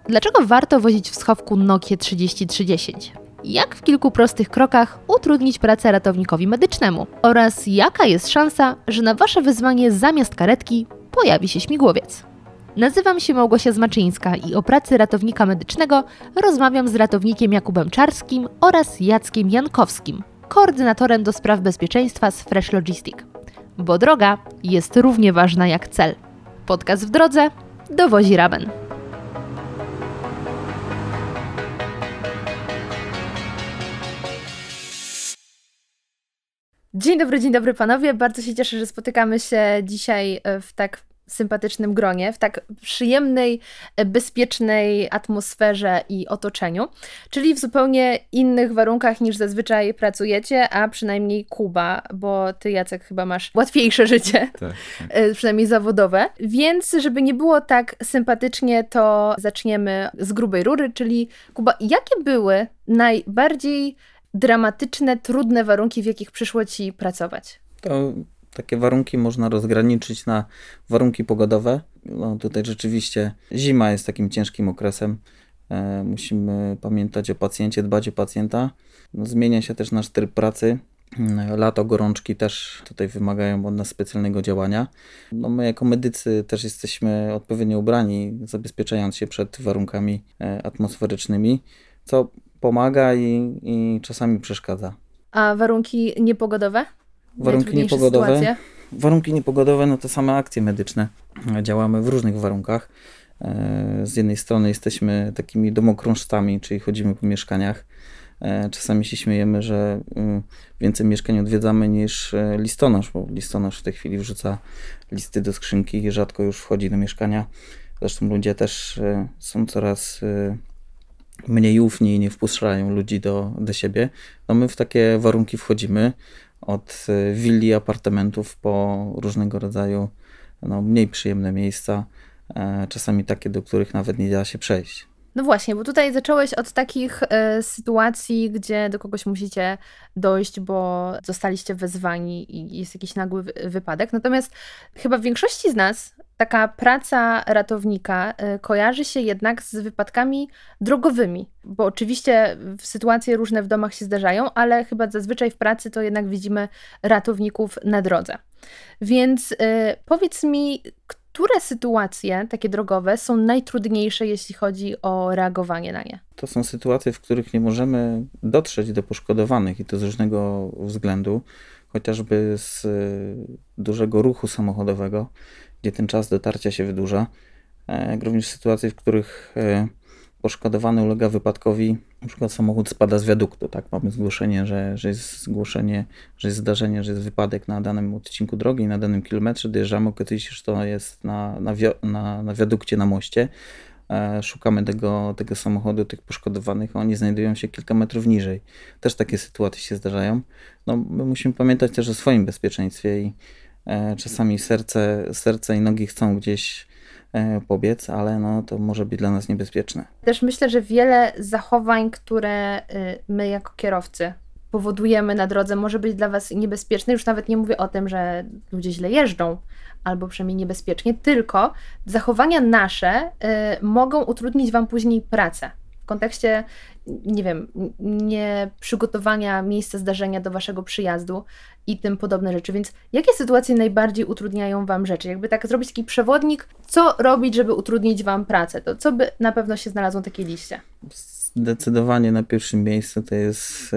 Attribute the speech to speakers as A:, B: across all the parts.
A: Dlaczego warto wozić w schowku Nokię 3310? Jak w kilku prostych krokach utrudnić pracę ratownikowi medycznemu? Oraz jaka jest szansa, że na Wasze wyzwanie zamiast karetki pojawi się śmigłowiec? Nazywam się Małgosia Zmaczyńska i o pracy ratownika medycznego rozmawiam z ratownikiem Jakubem Czarskim oraz Jackiem Jankowskim, koordynatorem do spraw bezpieczeństwa z Fresh Logistic. Bo droga jest równie ważna jak cel. Podcast w drodze dowozi Raben. Dzień dobry panowie. Bardzo się cieszę, że spotykamy się dzisiaj w tak sympatycznym gronie, w tak przyjemnej, bezpiecznej atmosferze i otoczeniu, czyli w zupełnie innych warunkach niż zazwyczaj pracujecie, a przynajmniej Kuba, bo ty, Jacek, chyba masz łatwiejsze życie, tak. Przynajmniej zawodowe. Więc żeby nie było tak sympatycznie, to zaczniemy z grubej rury, czyli Kuba, jakie były najbardziej dramatyczne, trudne warunki, w jakich przyszło ci pracować?
B: To takie warunki można rozgraniczyć na warunki pogodowe. No, tutaj rzeczywiście zima jest takim ciężkim okresem. Musimy pamiętać o pacjencie, dbać o pacjenta. No, zmienia się też nasz tryb pracy. Lato, gorączki też tutaj wymagają od nas specjalnego działania. No, my jako medycy też jesteśmy odpowiednio ubrani, zabezpieczając się przed warunkami atmosferycznymi, co pomaga i czasami przeszkadza.
A: A warunki niepogodowe?
B: Warunki niepogodowe, no to same akcje medyczne. Działamy w różnych warunkach. Z jednej strony jesteśmy takimi domokrążcami, czyli chodzimy po mieszkaniach. Czasami się śmiejemy, że więcej mieszkań odwiedzamy niż listonosz, bo listonosz w tej chwili wrzuca listy do skrzynki i rzadko już wchodzi do mieszkania. Zresztą ludzie też są coraz mniej ufni i nie wpuszczają ludzi do siebie. No my w takie warunki wchodzimy. Od willi, apartamentów po różnego rodzaju mniej przyjemne miejsca, czasami takie, do których nawet nie da się przejść.
A: No właśnie, bo tutaj zacząłeś od takich sytuacji, gdzie do kogoś musicie dojść, bo zostaliście wezwani i jest jakiś nagły wypadek. Natomiast chyba w większości z nas taka praca ratownika kojarzy się jednak z wypadkami drogowymi, bo oczywiście sytuacje różne w domach się zdarzają, ale chyba zazwyczaj w pracy to jednak widzimy ratowników na drodze. Więc powiedz mi, które sytuacje takie drogowe są najtrudniejsze, jeśli chodzi o reagowanie na nie?
B: To są sytuacje, w których nie możemy dotrzeć do poszkodowanych i to z różnego względu, chociażby z dużego ruchu samochodowego, gdzie ten czas dotarcia się wydłuża, jak również sytuacje, w których poszkodowany ulega wypadkowi, na przykład samochód spada z wiaduktu, tak? Mamy zgłoszenie, że jest zgłoszenie, że jest zdarzenie, że jest wypadek na danym odcinku drogi, na danym kilometrze, dojeżdżamy, okazuje się, że to jest na wiadukcie, na moście. Szukamy tego samochodu, tych poszkodowanych, a oni znajdują się kilka metrów niżej. Też takie sytuacje się zdarzają. No, my musimy pamiętać też o swoim bezpieczeństwie i czasami serce i nogi chcą gdzieś pobiec, ale to może być dla nas niebezpieczne.
A: Też myślę, że wiele zachowań, które my jako kierowcy powodujemy na drodze, może być dla was niebezpieczne. Już nawet nie mówię o tym, że ludzie źle jeżdżą, albo przynajmniej niebezpiecznie, tylko zachowania nasze mogą utrudnić wam później pracę. W kontekście, nie wiem, nie przygotowania miejsca zdarzenia do waszego przyjazdu i tym podobne rzeczy. Więc jakie sytuacje najbardziej utrudniają wam rzeczy? Jakby tak zrobić taki przewodnik, co robić, żeby utrudnić wam pracę? To co by na pewno się znalazło na takiej liście?
B: Zdecydowanie na pierwszym miejscu to jest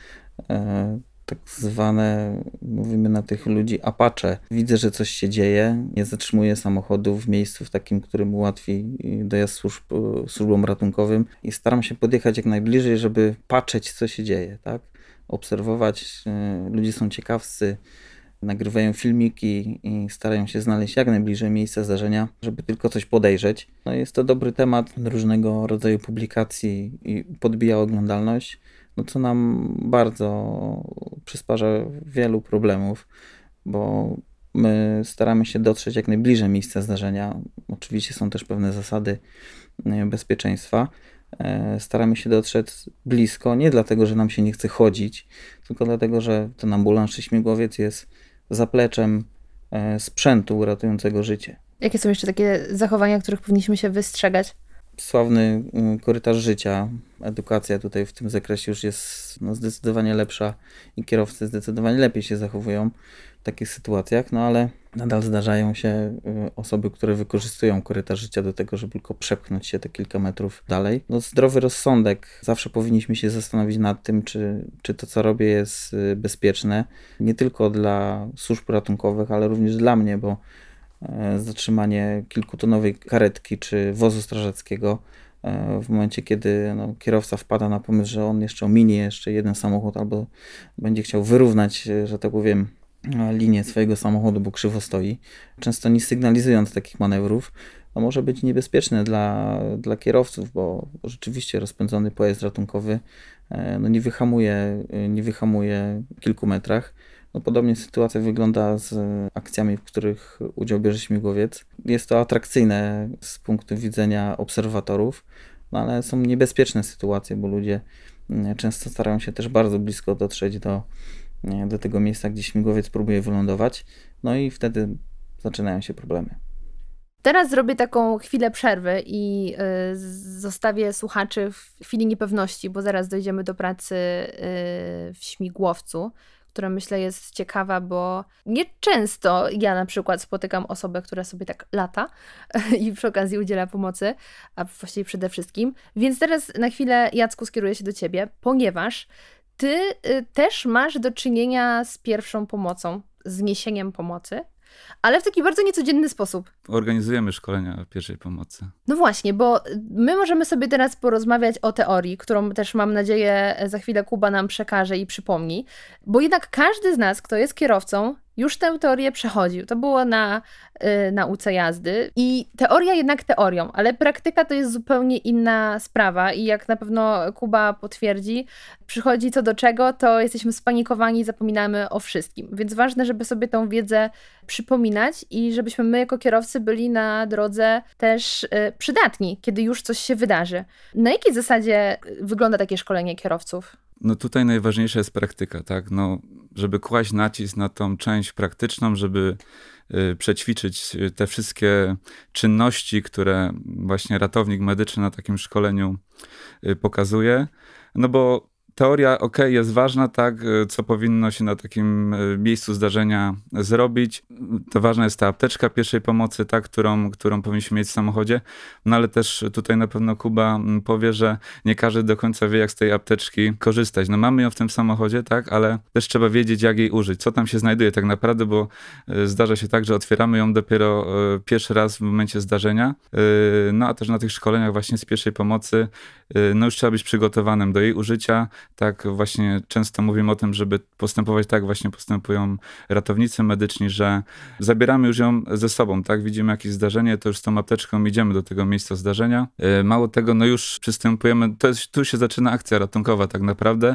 B: tak zwane, mówimy na tych ludzi, apacze. Widzę, że coś się dzieje, nie zatrzymuję samochodu w miejscu w takim, którym ułatwi dojazd służbom ratunkowym i staram się podjechać jak najbliżej, żeby patrzeć, co się dzieje, tak? Obserwować. Ludzie są ciekawscy, nagrywają filmiki i starają się znaleźć jak najbliżej miejsca zdarzenia, żeby tylko coś podejrzeć. No jest to dobry temat do różnego rodzaju publikacji i podbija oglądalność, co nam bardzo przysparza wielu problemów, bo my staramy się dotrzeć jak najbliżej miejsca zdarzenia. Oczywiście są też pewne zasady bezpieczeństwa. Staramy się dotrzeć blisko, nie dlatego, że nam się nie chce chodzić, tylko dlatego, że ten ambulans czy śmigłowiec jest zapleczem sprzętu ratującego życie.
A: Jakie są jeszcze takie zachowania, których powinniśmy się wystrzegać?
B: sławny korytarz życia. Edukacja tutaj w tym zakresie już jest zdecydowanie lepsza i kierowcy zdecydowanie lepiej się zachowują w takich sytuacjach, ale nadal zdarzają się osoby, które wykorzystują korytarz życia do tego, żeby tylko przepchnąć się te kilka metrów dalej. Zdrowy rozsądek. Zawsze powinniśmy się zastanowić nad tym, czy to, co robię, jest bezpieczne. Nie tylko dla służb ratunkowych, ale również dla mnie, bo zatrzymanie kilkutonowej karetki czy wozu strażackiego w momencie, kiedy kierowca wpada na pomysł, że on jeszcze ominie jeszcze jeden samochód albo będzie chciał wyrównać, że tak powiem, linię swojego samochodu, bo krzywo stoi, często nie sygnalizując takich manewrów, może być niebezpieczne dla kierowców, bo rzeczywiście rozpędzony pojazd ratunkowy nie wyhamuje w kilku metrach. Podobnie sytuacja wygląda z akcjami, w których udział bierze śmigłowiec. Jest to atrakcyjne z punktu widzenia obserwatorów, ale są niebezpieczne sytuacje, bo ludzie często starają się też bardzo blisko dotrzeć do tego miejsca, gdzie śmigłowiec próbuje wylądować, i wtedy zaczynają się problemy.
A: Teraz zrobię taką chwilę przerwy i zostawię słuchaczy w chwili niepewności, bo zaraz dojdziemy do pracy w śmigłowcu, która myślę jest ciekawa, bo nieczęsto ja na przykład spotykam osobę, która sobie tak lata i przy okazji udziela pomocy, a właściwie przede wszystkim. Więc teraz na chwilę, Jacku, skieruję się do ciebie, ponieważ ty też masz do czynienia z pierwszą pomocą, z niesieniem pomocy, ale w taki bardzo niecodzienny sposób.
C: Organizujemy szkolenia pierwszej pomocy.
A: No właśnie, bo my możemy sobie teraz porozmawiać o teorii, którą też mam nadzieję za chwilę Kuba nam przekaże i przypomni, bo jednak każdy z nas, kto jest kierowcą, już tę teorię przechodził. To było na nauce jazdy i teoria jednak teorią, ale praktyka to jest zupełnie inna sprawa i jak na pewno Kuba potwierdzi, przychodzi co do czego, to jesteśmy spanikowani i zapominamy o wszystkim. Więc ważne, żeby sobie tą wiedzę przypominać i żebyśmy my jako kierowcy byli na drodze też przydatni, kiedy już coś się wydarzy. Na jakiej zasadzie wygląda takie szkolenie kierowców?
C: Tutaj najważniejsza jest praktyka, tak? Żeby kłaść nacisk na tą część praktyczną, żeby przećwiczyć te wszystkie czynności, które właśnie ratownik medyczny na takim szkoleniu pokazuje. Bo teoria, jest ważna, tak, co powinno się na takim miejscu zdarzenia zrobić. To ważna jest ta apteczka pierwszej pomocy, tak, którą powinniśmy mieć w samochodzie, ale też tutaj na pewno Kuba powie, że nie każdy do końca wie, jak z tej apteczki korzystać. Mamy ją w tym samochodzie, tak, ale też trzeba wiedzieć, jak jej użyć, co tam się znajduje tak naprawdę, bo zdarza się tak, że otwieramy ją dopiero pierwszy raz w momencie zdarzenia, a też na tych szkoleniach właśnie z pierwszej pomocy, już trzeba być przygotowanym do jej użycia. Tak właśnie często mówimy o tym, żeby postępować tak właśnie postępują ratownicy medyczni, że zabieramy już ją ze sobą, tak? Widzimy jakieś zdarzenie, to już z tą apteczką idziemy do tego miejsca zdarzenia. Mało tego, już przystępujemy, tu się zaczyna akcja ratunkowa tak naprawdę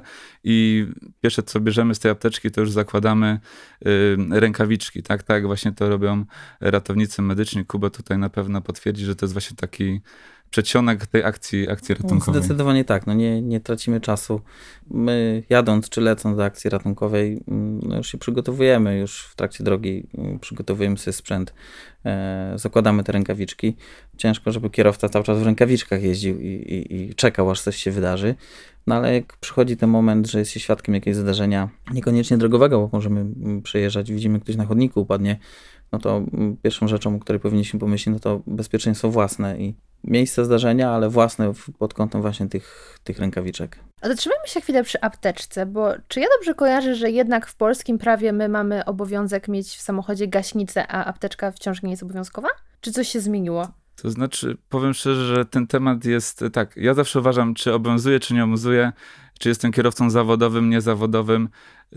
C: i pierwsze co bierzemy z tej apteczki, to już zakładamy rękawiczki, tak? Tak właśnie to robią ratownicy medyczni. Kuba tutaj na pewno potwierdzi, że to jest właśnie taki przedsionek tej akcji ratunkowej.
B: Zdecydowanie tak, nie tracimy czasu. My jadąc czy lecąc do akcji ratunkowej, już się przygotowujemy, już w trakcie drogi przygotowujemy sobie sprzęt, zakładamy te rękawiczki. Ciężko, żeby kierowca cały czas w rękawiczkach jeździł i czekał, aż coś się wydarzy. Ale jak przychodzi ten moment, że jest się świadkiem jakiegoś zdarzenia, niekoniecznie drogowego, bo możemy przejeżdżać, widzimy ktoś na chodniku upadnie, to pierwszą rzeczą, o której powinniśmy pomyśleć, to bezpieczeństwo własne i miejsce zdarzenia, ale własne pod kątem właśnie tych rękawiczek.
A: A zatrzymajmy się chwilę przy apteczce, bo czy ja dobrze kojarzę, że jednak w polskim prawie my mamy obowiązek mieć w samochodzie gaśnicę, a apteczka wciąż nie jest obowiązkowa? Czy coś się zmieniło?
C: To znaczy, powiem szczerze, że ten temat jest tak, ja zawsze uważam, czy obowiązuje, czy nie obowiązuje, czy jestem kierowcą zawodowym, niezawodowym.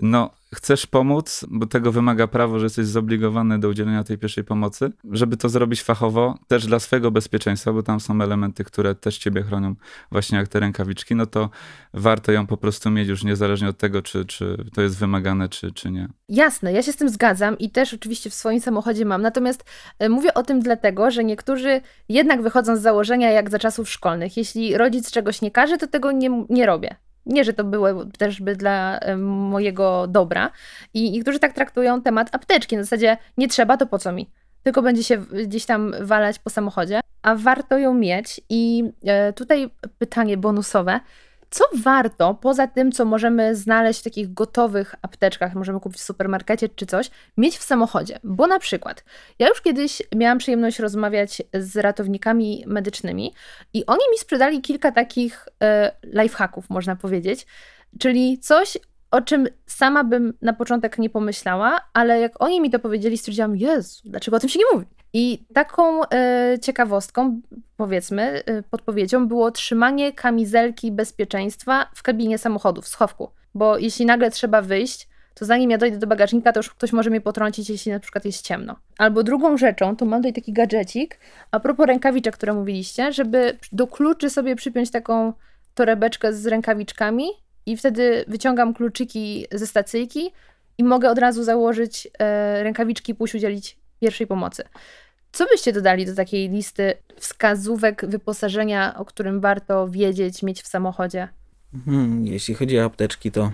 C: Chcesz pomóc, bo tego wymaga prawo, że jesteś zobligowany do udzielenia tej pierwszej pomocy, żeby to zrobić fachowo, też dla swojego bezpieczeństwa, bo tam są elementy, które też ciebie chronią, właśnie jak te rękawiczki, to warto ją po prostu mieć już niezależnie od tego, czy to jest wymagane, czy nie.
A: Jasne, ja się z tym zgadzam i też oczywiście w swoim samochodzie mam, natomiast mówię o tym dlatego, że niektórzy jednak wychodzą z założenia jak za czasów szkolnych. Jeśli rodzic czegoś nie każe, to tego nie robię. Nie, że to było też dla mojego dobra. I niektórzy tak traktują temat apteczki. Na zasadzie nie trzeba, to po co mi? tylko będzie się gdzieś tam walać po samochodzie, a warto ją mieć. I tutaj pytanie bonusowe. Co warto, poza tym, co możemy znaleźć w takich gotowych apteczkach, możemy kupić w supermarkecie czy coś, mieć w samochodzie? Bo na przykład, ja już kiedyś miałam przyjemność rozmawiać z ratownikami medycznymi i oni mi sprzedali kilka takich lifehacków, można powiedzieć, czyli coś, o czym sama bym na początek nie pomyślała, ale jak oni mi to powiedzieli, stwierdziłam, Jezu, dlaczego o tym się nie mówi? I taką ciekawostką, powiedzmy, podpowiedzią było trzymanie kamizelki bezpieczeństwa w kabinie samochodu, w schowku. Bo jeśli nagle trzeba wyjść, to zanim ja dojdę do bagażnika, to już ktoś może mnie potrącić, jeśli na przykład jest ciemno. Albo drugą rzeczą, to mam tutaj taki gadżecik, a propos rękawiczek, które mówiliście, żeby do kluczy sobie przypiąć taką torebeczkę z rękawiczkami i wtedy wyciągam kluczyki ze stacyjki i mogę od razu założyć rękawiczki i pójść udzielić pierwszej pomocy. Co byście dodali do takiej listy wskazówek wyposażenia, o którym warto wiedzieć, mieć w samochodzie?
B: Jeśli chodzi o apteczki, to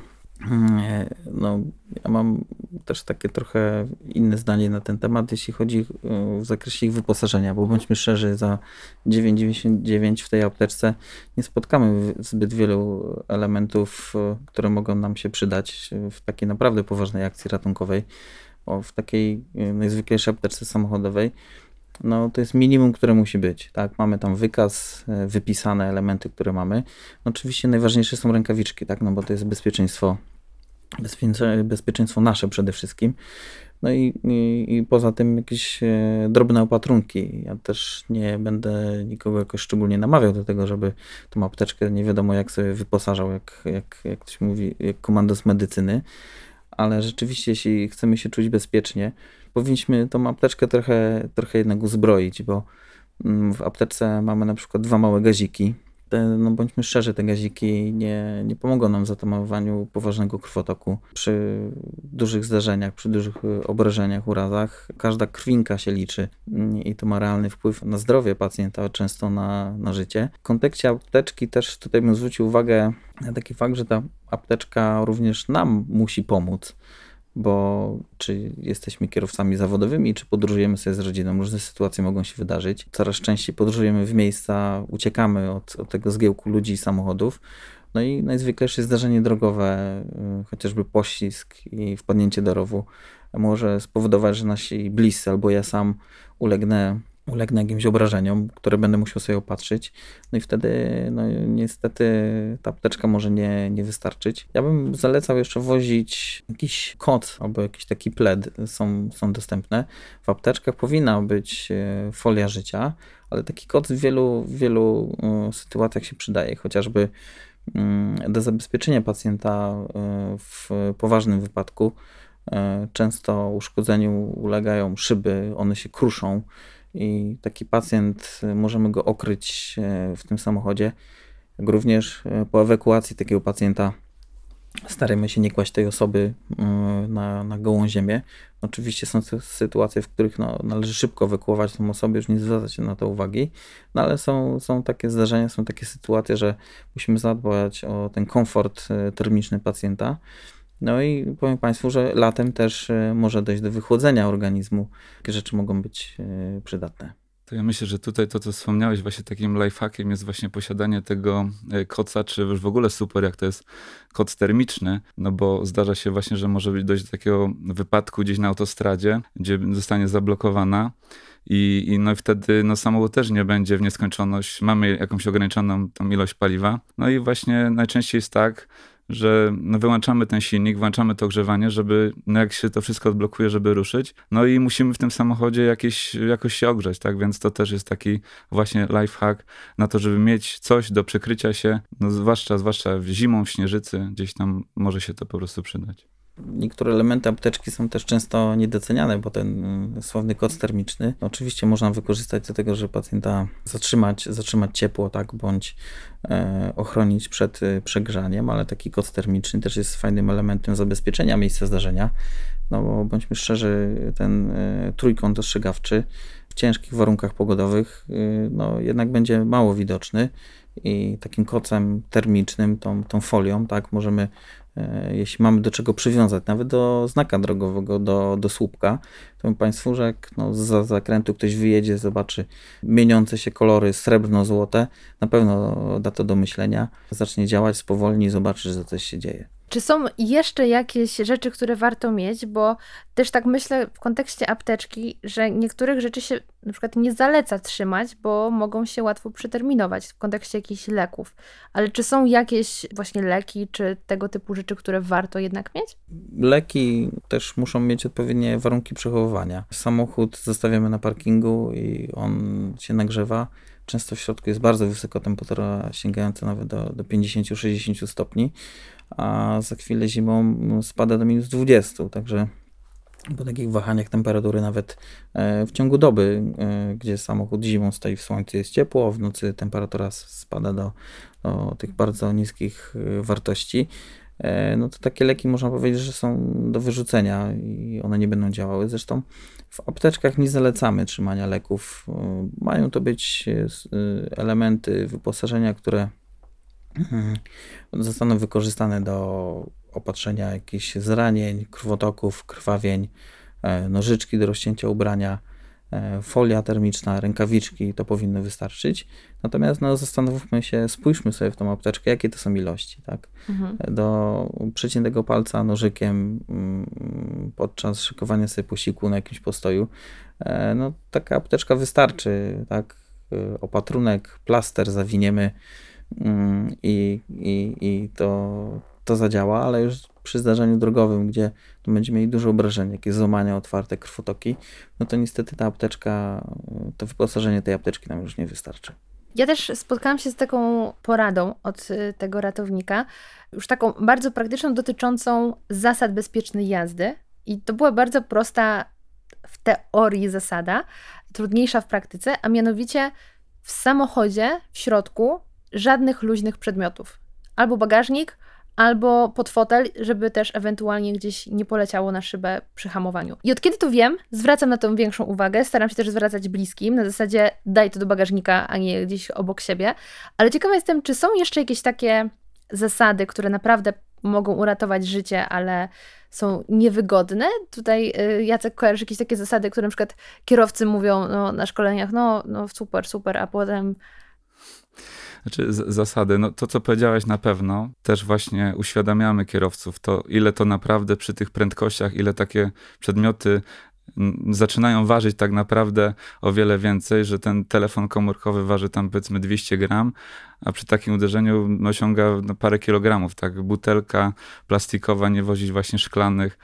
B: no, ja mam też takie trochę inne zdanie na ten temat, jeśli chodzi w zakresie ich wyposażenia, bo bądźmy szczerzy, za 9,99 w tej apteczce nie spotkamy zbyt wielu elementów, które mogą nam się przydać w takiej naprawdę poważnej akcji ratunkowej. Bo w takiej najzwyklejszej apteczce samochodowej, no to jest minimum, które musi być, tak? Mamy tam wykaz, wypisane elementy, które mamy. No oczywiście najważniejsze są rękawiczki, tak? No bo to jest bezpieczeństwo nasze przede wszystkim. No i poza tym jakieś drobne opatrunki. Ja też nie będę nikogo jakoś szczególnie namawiał do tego, żeby tą apteczkę nie wiadomo jak sobie wyposażał, jak to się mówi, jak komandos medycyny. Ale rzeczywiście, jeśli chcemy się czuć bezpiecznie, powinniśmy tą apteczkę trochę jednak uzbroić, bo w apteczce mamy na przykład 2 małe gaziki. No bądźmy szczerzy, te gaziki nie pomogą nam w zatamowaniu poważnego krwotoku. Przy dużych zdarzeniach, przy dużych obrażeniach, urazach, każda krwinka się liczy i to ma realny wpływ na zdrowie pacjenta, a często na życie. W kontekście apteczki też tutaj bym zwrócił uwagę na taki fakt, że ta apteczka również nam musi pomóc. Bo czy jesteśmy kierowcami zawodowymi, czy podróżujemy sobie z rodziną, różne sytuacje mogą się wydarzyć. Coraz częściej podróżujemy w miejsca, uciekamy od tego zgiełku ludzi i samochodów. No i najzwyklejsze zdarzenie drogowe, chociażby poślizg i wpadnięcie do rowu może spowodować, że nasi bliscy albo ja sam ulegnę jakimś obrażeniom, które będę musiał sobie opatrzyć. No i wtedy no niestety ta apteczka może nie wystarczyć. Ja bym zalecał jeszcze wozić jakiś koc albo jakiś taki pled. Są dostępne. W apteczkach powinna być folia życia, ale taki koc w wielu sytuacjach się przydaje. Chociażby do zabezpieczenia pacjenta w poważnym wypadku. Często uszkodzeniu ulegają szyby, one się kruszą. I taki pacjent, możemy go okryć w tym samochodzie. Jak również po ewakuacji takiego pacjenta staramy się nie kłaść tej osoby na gołą ziemię. Oczywiście są sytuacje, w których należy szybko ewakuować tą osobę, już nie zwracać się na to uwagi, no ale są takie zdarzenia, są takie sytuacje, że musimy zadbać o ten komfort termiczny pacjenta. No i powiem Państwu, że latem też może dojść do wychłodzenia organizmu. Takie rzeczy mogą być przydatne.
C: To ja myślę, że tutaj to, co wspomniałeś, właśnie takim lifehackiem jest właśnie posiadanie tego koca, czy już w ogóle super, jak to jest koc termiczny, no bo zdarza się właśnie, że może dojść do takiego wypadku gdzieś na autostradzie, gdzie zostanie zablokowana i no i wtedy samochód też nie będzie w nieskończoność, mamy jakąś ograniczoną tam ilość paliwa. No i właśnie najczęściej jest tak, że wyłączamy ten silnik, włączamy to ogrzewanie, żeby jak się to wszystko odblokuje, żeby ruszyć. No i musimy w tym samochodzie jakoś się ogrzać, tak? Więc to też jest taki właśnie lifehack na to, żeby mieć coś do przykrycia się, zwłaszcza zimą w śnieżycy, gdzieś tam może się to po prostu przydać.
B: Niektóre elementy apteczki są też często niedoceniane, bo ten sławny koc termiczny oczywiście można wykorzystać do tego, żeby pacjenta zatrzymać ciepło, tak, bądź ochronić przed przegrzaniem, ale taki koc termiczny też jest fajnym elementem zabezpieczenia miejsca zdarzenia. No bo bądźmy szczerzy, ten trójkąt ostrzegawczy w ciężkich warunkach pogodowych jednak będzie mało widoczny i takim kocem termicznym, tą folią, tak, możemy jeśli mamy do czego przywiązać, nawet do znaka drogowego, do słupka, to powiem Państwu, że jak za zakrętu ktoś wyjedzie, zobaczy mieniące się kolory srebrno-złote, na pewno da to do myślenia, zacznie działać, spowolni i zobaczy, że coś się dzieje.
A: Czy są jeszcze jakieś rzeczy, które warto mieć? Bo też tak myślę w kontekście apteczki, że niektórych rzeczy się na przykład nie zaleca trzymać, bo mogą się łatwo przeterminować w kontekście jakichś leków. Ale czy są jakieś właśnie leki, czy tego typu rzeczy, które warto jednak mieć?
B: Leki też muszą mieć odpowiednie warunki przechowywania. Samochód zostawiamy na parkingu i on się nagrzewa. Często w środku jest bardzo wysoka temperatura, sięgająca nawet do 50-60 stopni, a za chwilę zimą spada do minus 20, także po takich wahaniach temperatury nawet w ciągu doby, gdzie samochód zimą stoi w słońcu, jest ciepło, w nocy temperatura spada do tych bardzo niskich wartości, no to takie leki można powiedzieć, że są do wyrzucenia i one nie będą działały. Zresztą w apteczkach nie zalecamy trzymania leków. Mają to być elementy wyposażenia, które zostaną wykorzystane do opatrzenia jakichś zranień, krwotoków, krwawień, nożyczki do rozcięcia ubrania, folia termiczna, rękawiczki, to powinno wystarczyć. Natomiast zastanówmy się, spójrzmy sobie w tą apteczkę, jakie to są ilości, tak? Do przeciętego palca nożykiem podczas szykowania sobie posiłku na jakimś postoju, taka apteczka wystarczy, tak? Opatrunek, plaster zawiniemy i to zadziała, ale już przy zdarzeniu drogowym, gdzie będziemy mieli duże obrażenia, jakieś złamania, otwarte krwotoki, no to niestety ta apteczka, to wyposażenie tej apteczki nam już nie wystarczy.
A: Ja też spotkałam się z taką poradą od tego ratownika, już taką bardzo praktyczną, dotyczącą zasad bezpiecznej jazdy. I to była bardzo prosta w teorii zasada, trudniejsza w praktyce, a mianowicie w samochodzie, w środku żadnych luźnych przedmiotów. Albo bagażnik, albo pod fotel, żeby też ewentualnie gdzieś nie poleciało na szybę przy hamowaniu. I od kiedy to wiem, zwracam na to większą uwagę, staram się też zwracać bliskim, na zasadzie daj to do bagażnika, a nie gdzieś obok siebie. Ale ciekawa jestem, czy są jeszcze jakieś takie zasady, które naprawdę mogą uratować życie, ale są niewygodne? Tutaj Jacek, kojarzysz jakieś takie zasady, które na przykład kierowcy mówią na szkoleniach, super, a potem...
C: Znaczy zasady, to co powiedziałeś na pewno, też właśnie uświadamiamy kierowców to, ile to naprawdę przy tych prędkościach, ile takie przedmioty zaczynają ważyć tak naprawdę o wiele więcej, że ten telefon komórkowy waży tam powiedzmy 200 gram, a przy takim uderzeniu osiąga parę kilogramów, tak? Butelka plastikowa, nie wozić właśnie szklanych.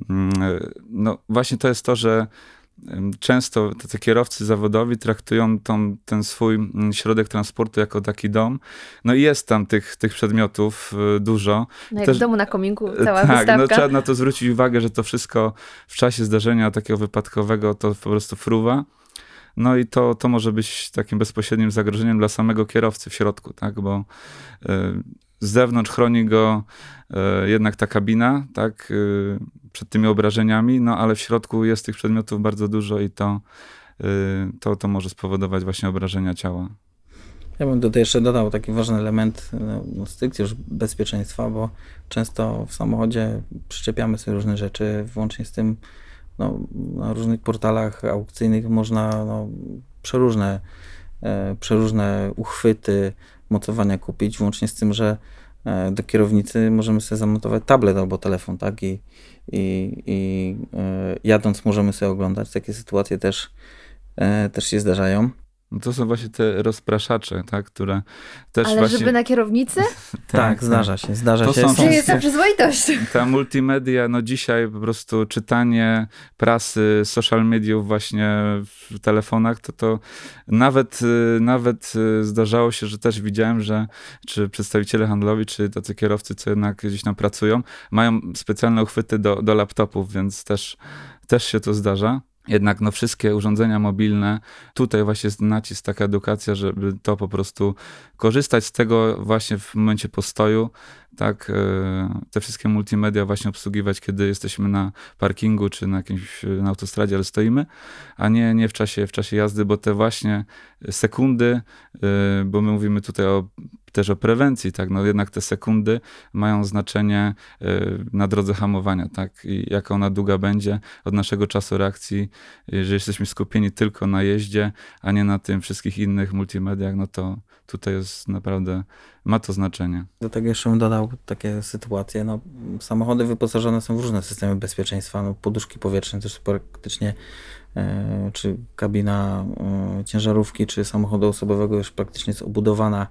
C: Właśnie to jest to, że często tacy kierowcy zawodowi traktują ten swój środek transportu jako taki dom. I jest tam tych przedmiotów dużo.
A: Jak też, w domu na kominku cała
C: tak,
A: wystawka.
C: Trzeba na to zwrócić uwagę, że to wszystko w czasie zdarzenia takiego wypadkowego to po prostu fruwa. I to może być takim bezpośrednim zagrożeniem dla samego kierowcy w środku, tak? Bo z zewnątrz chroni go jednak ta kabina, tak? Przed tymi obrażeniami, ale w środku jest tych przedmiotów bardzo dużo i to może spowodować właśnie obrażenia ciała.
B: Ja bym tutaj jeszcze dodał taki ważny element stricte już bezpieczeństwa, bo często w samochodzie przyczepiamy sobie różne rzeczy, włącznie z tym na różnych portalach aukcyjnych można przeróżne uchwyty, mocowania kupić, włącznie z tym, że do kierownicy możemy sobie zamontować tablet albo telefon, tak? I jadąc możemy sobie oglądać. Takie sytuacje też się zdarzają.
C: To są właśnie te rozpraszacze, tak, które też
A: ale
C: właśnie...
A: żeby na kierownicy?
B: Tak, zdarza się.
A: Gdzie jest ta przyzwoitość?
C: Ta multimedia, dzisiaj po prostu czytanie prasy, social mediów właśnie w telefonach, to nawet zdarzało się, że też widziałem, że czy przedstawiciele handlowi, czy tacy kierowcy, co jednak gdzieś tam pracują, mają specjalne uchwyty do laptopów, więc też się to zdarza. Jednak wszystkie urządzenia mobilne, tutaj właśnie jest nacisk, taka edukacja, żeby to po prostu korzystać z tego właśnie w momencie postoju, tak, te wszystkie multimedia właśnie obsługiwać, kiedy jesteśmy na parkingu czy na autostradzie, ale stoimy, a nie w czasie jazdy, bo te właśnie sekundy, bo my mówimy tutaj o też o prewencji, tak, no jednak te sekundy mają znaczenie na drodze hamowania, tak, i jaka ona długa będzie od naszego czasu reakcji, jeżeli jesteśmy skupieni tylko na jeździe, a nie na tym wszystkich innych multimediach, no to tutaj jest naprawdę, ma to znaczenie.
B: Do tego jeszcze bym dodał takie sytuacje, no samochody wyposażone są w różne systemy bezpieczeństwa, no poduszki powietrzne też praktycznie, czy kabina ciężarówki, czy samochodu osobowego już praktycznie jest obudowana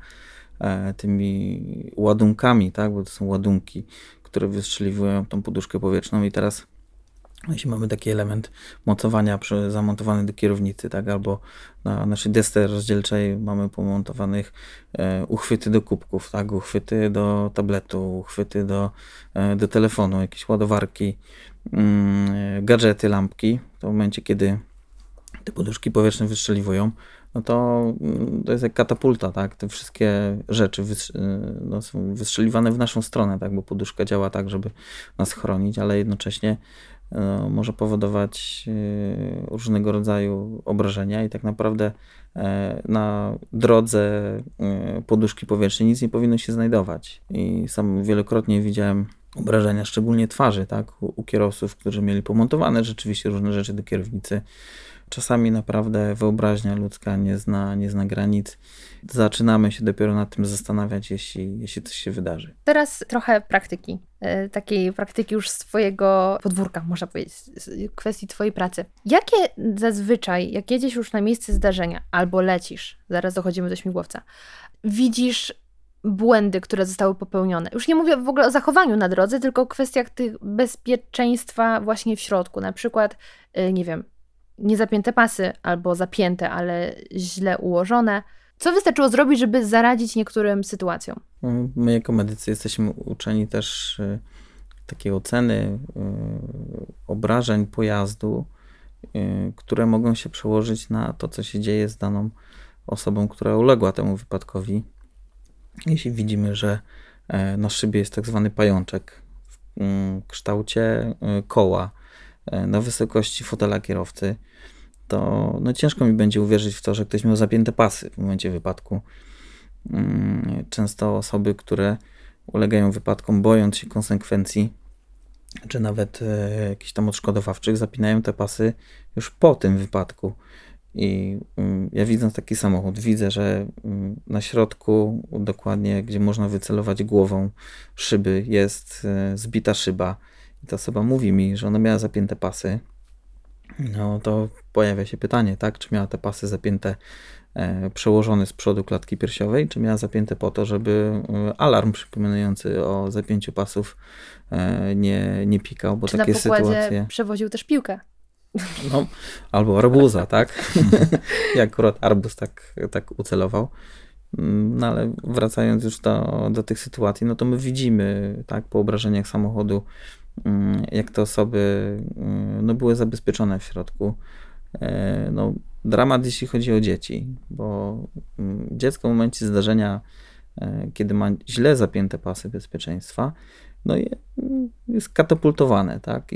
B: tymi ładunkami, tak, bo to są ładunki, które wystrzeliwują tą poduszkę powietrzną i teraz jeśli mamy taki element mocowania zamontowany do kierownicy, tak, albo na naszej desce rozdzielczej mamy pomontowanych uchwyty do kubków, tak, uchwyty do tabletu, uchwyty do telefonu, jakieś ładowarki, gadżety, lampki. To w momencie, kiedy te poduszki powietrzne wystrzeliwują, no to jest jak katapulta, tak? Te wszystkie rzeczy są wystrzeliwane w naszą stronę, tak? Bo poduszka działa tak, żeby nas chronić, ale jednocześnie może powodować różnego rodzaju obrażenia i tak naprawdę na drodze poduszki powietrznej nic nie powinno się znajdować. I sam wielokrotnie widziałem obrażenia, szczególnie twarzy, tak? U kierowców, którzy mieli pomontowane rzeczywiście różne rzeczy do kierownicy. Czasami naprawdę wyobraźnia ludzka nie zna granic. Zaczynamy się dopiero nad tym zastanawiać, jeśli coś się wydarzy.
A: Teraz trochę praktyki. Takiej praktyki już z twojego podwórka, można powiedzieć, z kwestii twojej pracy. Jakie zazwyczaj, jak jedziesz już na miejsce zdarzenia albo lecisz, zaraz dochodzimy do śmigłowca, widzisz błędy, które zostały popełnione? Już nie mówię w ogóle o zachowaniu na drodze, tylko o kwestiach tych bezpieczeństwa właśnie w środku. Na przykład, nie wiem, niezapięte pasy albo zapięte, ale źle ułożone. Co wystarczyło zrobić, żeby zaradzić niektórym sytuacjom?
B: My jako medycy jesteśmy uczeni też takiej oceny obrażeń pojazdu, które mogą się przełożyć na to, co się dzieje z daną osobą, która uległa temu wypadkowi. Jeśli widzimy, że na szybie jest tak zwany pajączek w kształcie koła na wysokości fotela kierowcy, to ciężko mi będzie uwierzyć w to, że ktoś miał zapięte pasy w momencie wypadku. Często osoby, które ulegają wypadkom, bojąc się konsekwencji, czy nawet jakichś tam odszkodowawczych, zapinają te pasy już po tym wypadku. I ja widząc taki samochód, widzę, że na środku, dokładnie gdzie można wycelować głową szyby, jest zbita szyba. I ta osoba mówi mi, że ona miała zapięte pasy. No to pojawia się pytanie, tak? Czy miała te pasy zapięte przełożone z przodu klatki piersiowej, czy miała zapięte po to, żeby alarm przypominający o zapięciu pasów nie pikał, bo
A: czy
B: takie
A: na pokładzie
B: sytuacje...
A: przewoził też piłkę?
B: No, albo arbuza, tak? I akurat arbuz tak ucelował. No ale wracając już do tych sytuacji, no to my widzimy, tak, po obrażeniach samochodu, jak te osoby były zabezpieczone w środku. No, dramat, jeśli chodzi o dzieci, bo dziecko w momencie zdarzenia, kiedy ma źle zapięte pasy bezpieczeństwa, no jest katapultowane, tak?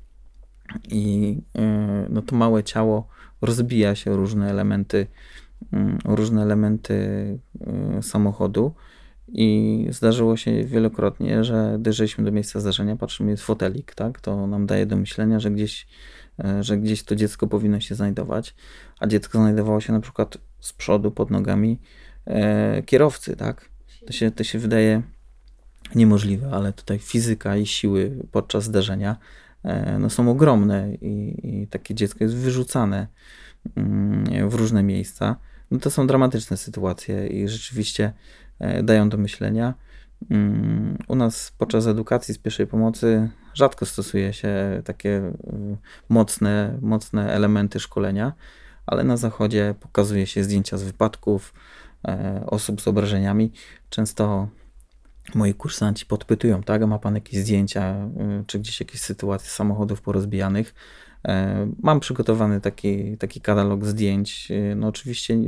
B: I to małe ciało rozbija się o różne elementy samochodu. I zdarzyło się wielokrotnie, że dojrzeliśmy do miejsca zdarzenia, patrzymy, jest fotelik, tak? To nam daje do myślenia, że gdzieś to dziecko powinno się znajdować, a dziecko znajdowało się na przykład z przodu, pod nogami kierowcy, tak? To się wydaje niemożliwe, ale tutaj fizyka i siły podczas zdarzenia są ogromne i takie dziecko jest wyrzucane w różne miejsca. No to są dramatyczne sytuacje i rzeczywiście dają do myślenia. U nas podczas edukacji z pierwszej pomocy rzadko stosuje się takie mocne elementy szkolenia, ale na zachodzie pokazuje się zdjęcia z wypadków, osób z obrażeniami. Często moi kursanci podpytują, tak, a ma pan jakieś zdjęcia, czy gdzieś jakieś sytuacje samochodów porozbijanych. Mam przygotowany taki katalog zdjęć, no oczywiście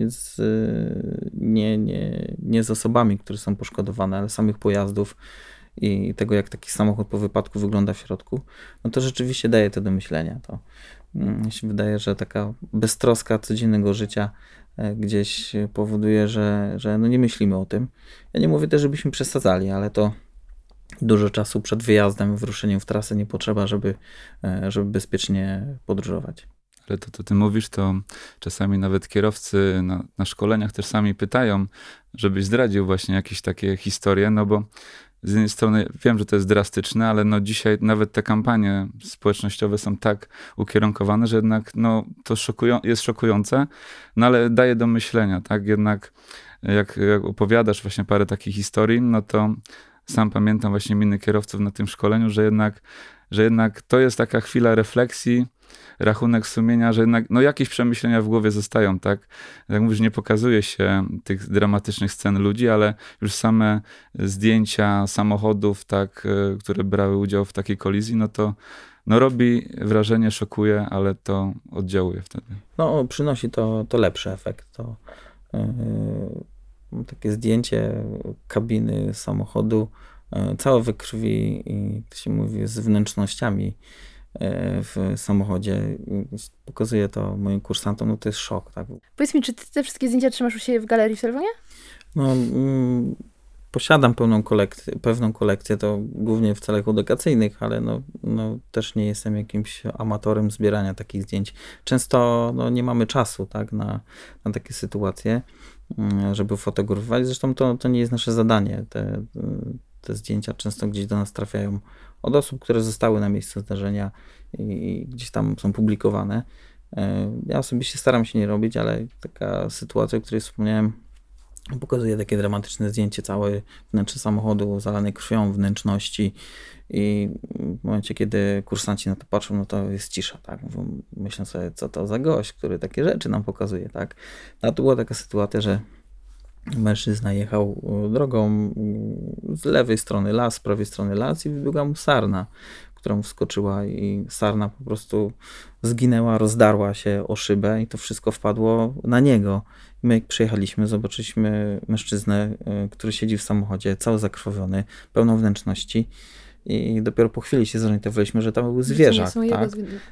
B: nie z osobami, które są poszkodowane, ale samych pojazdów i tego, jak taki samochód po wypadku wygląda w środku, no to rzeczywiście daje to do myślenia. Mi się wydaje, że taka beztroska codziennego życia gdzieś powoduje, że no nie myślimy o tym. Ja nie mówię też, żebyśmy przesadzali, ale to dużo czasu przed wyjazdem, wyruszeniem w trasę nie potrzeba, żeby bezpiecznie podróżować.
C: Ale to ty mówisz, to czasami nawet kierowcy na szkoleniach też sami pytają, żebyś zdradził właśnie jakieś takie historie, no bo z jednej strony wiem, że to jest drastyczne, ale no dzisiaj nawet te kampanie społecznościowe są tak ukierunkowane, że jednak no to jest szokujące, no ale daje do myślenia, tak? Jednak jak opowiadasz właśnie parę takich historii, no to sam pamiętam właśnie miny kierowców na tym szkoleniu, że jednak to jest taka chwila refleksji, rachunek sumienia, że jednak no jakieś przemyślenia w głowie zostają, tak? Jak mówisz, nie pokazuje się tych dramatycznych scen ludzi, ale już same zdjęcia samochodów, tak, które brały udział w takiej kolizji, no to no robi wrażenie, szokuje, ale to oddziałuje wtedy.
B: No, przynosi to lepszy efekt. To takie zdjęcie kabiny samochodu, całe we krwi i, to się mówi, z wnętrznościami w samochodzie. Pokazuję to moim kursantom, no to jest szok. Tak?
A: Powiedz mi, czy ty te wszystkie zdjęcia trzymasz u siebie w galerii w telefonie?
B: No, posiadam pewną kolekcję, to głównie w celach edukacyjnych, ale no, też nie jestem jakimś amatorem zbierania takich zdjęć. Często no, nie mamy czasu tak, na takie sytuacje, żeby fotografować. Zresztą to nie jest nasze zadanie. Te zdjęcia często gdzieś do nas trafiają od osób, które zostały na miejscu zdarzenia i gdzieś tam są publikowane. Ja osobiście staram się nie robić, ale taka sytuacja, o której wspomniałem, pokazuje takie dramatyczne zdjęcie, całe wnętrze samochodu zalane krwią, wnętrzności i w momencie, kiedy kursanci na to patrzą, no to jest cisza, tak? Myślę sobie, co to za gość, który takie rzeczy nam pokazuje, tak? A tu była taka sytuacja, że mężczyzna jechał drogą, z lewej strony las, z prawej strony las i wybiegła mu sarna, która mu wskoczyła i sarna po prostu zginęła, rozdarła się o szybę i to wszystko wpadło na niego. I my jak przyjechaliśmy, zobaczyliśmy mężczyznę, który siedzi w samochodzie, cały zakrwawiony, pełną wnętrzności i dopiero po chwili się zorientowaliśmy, że to był zwierzak, tak?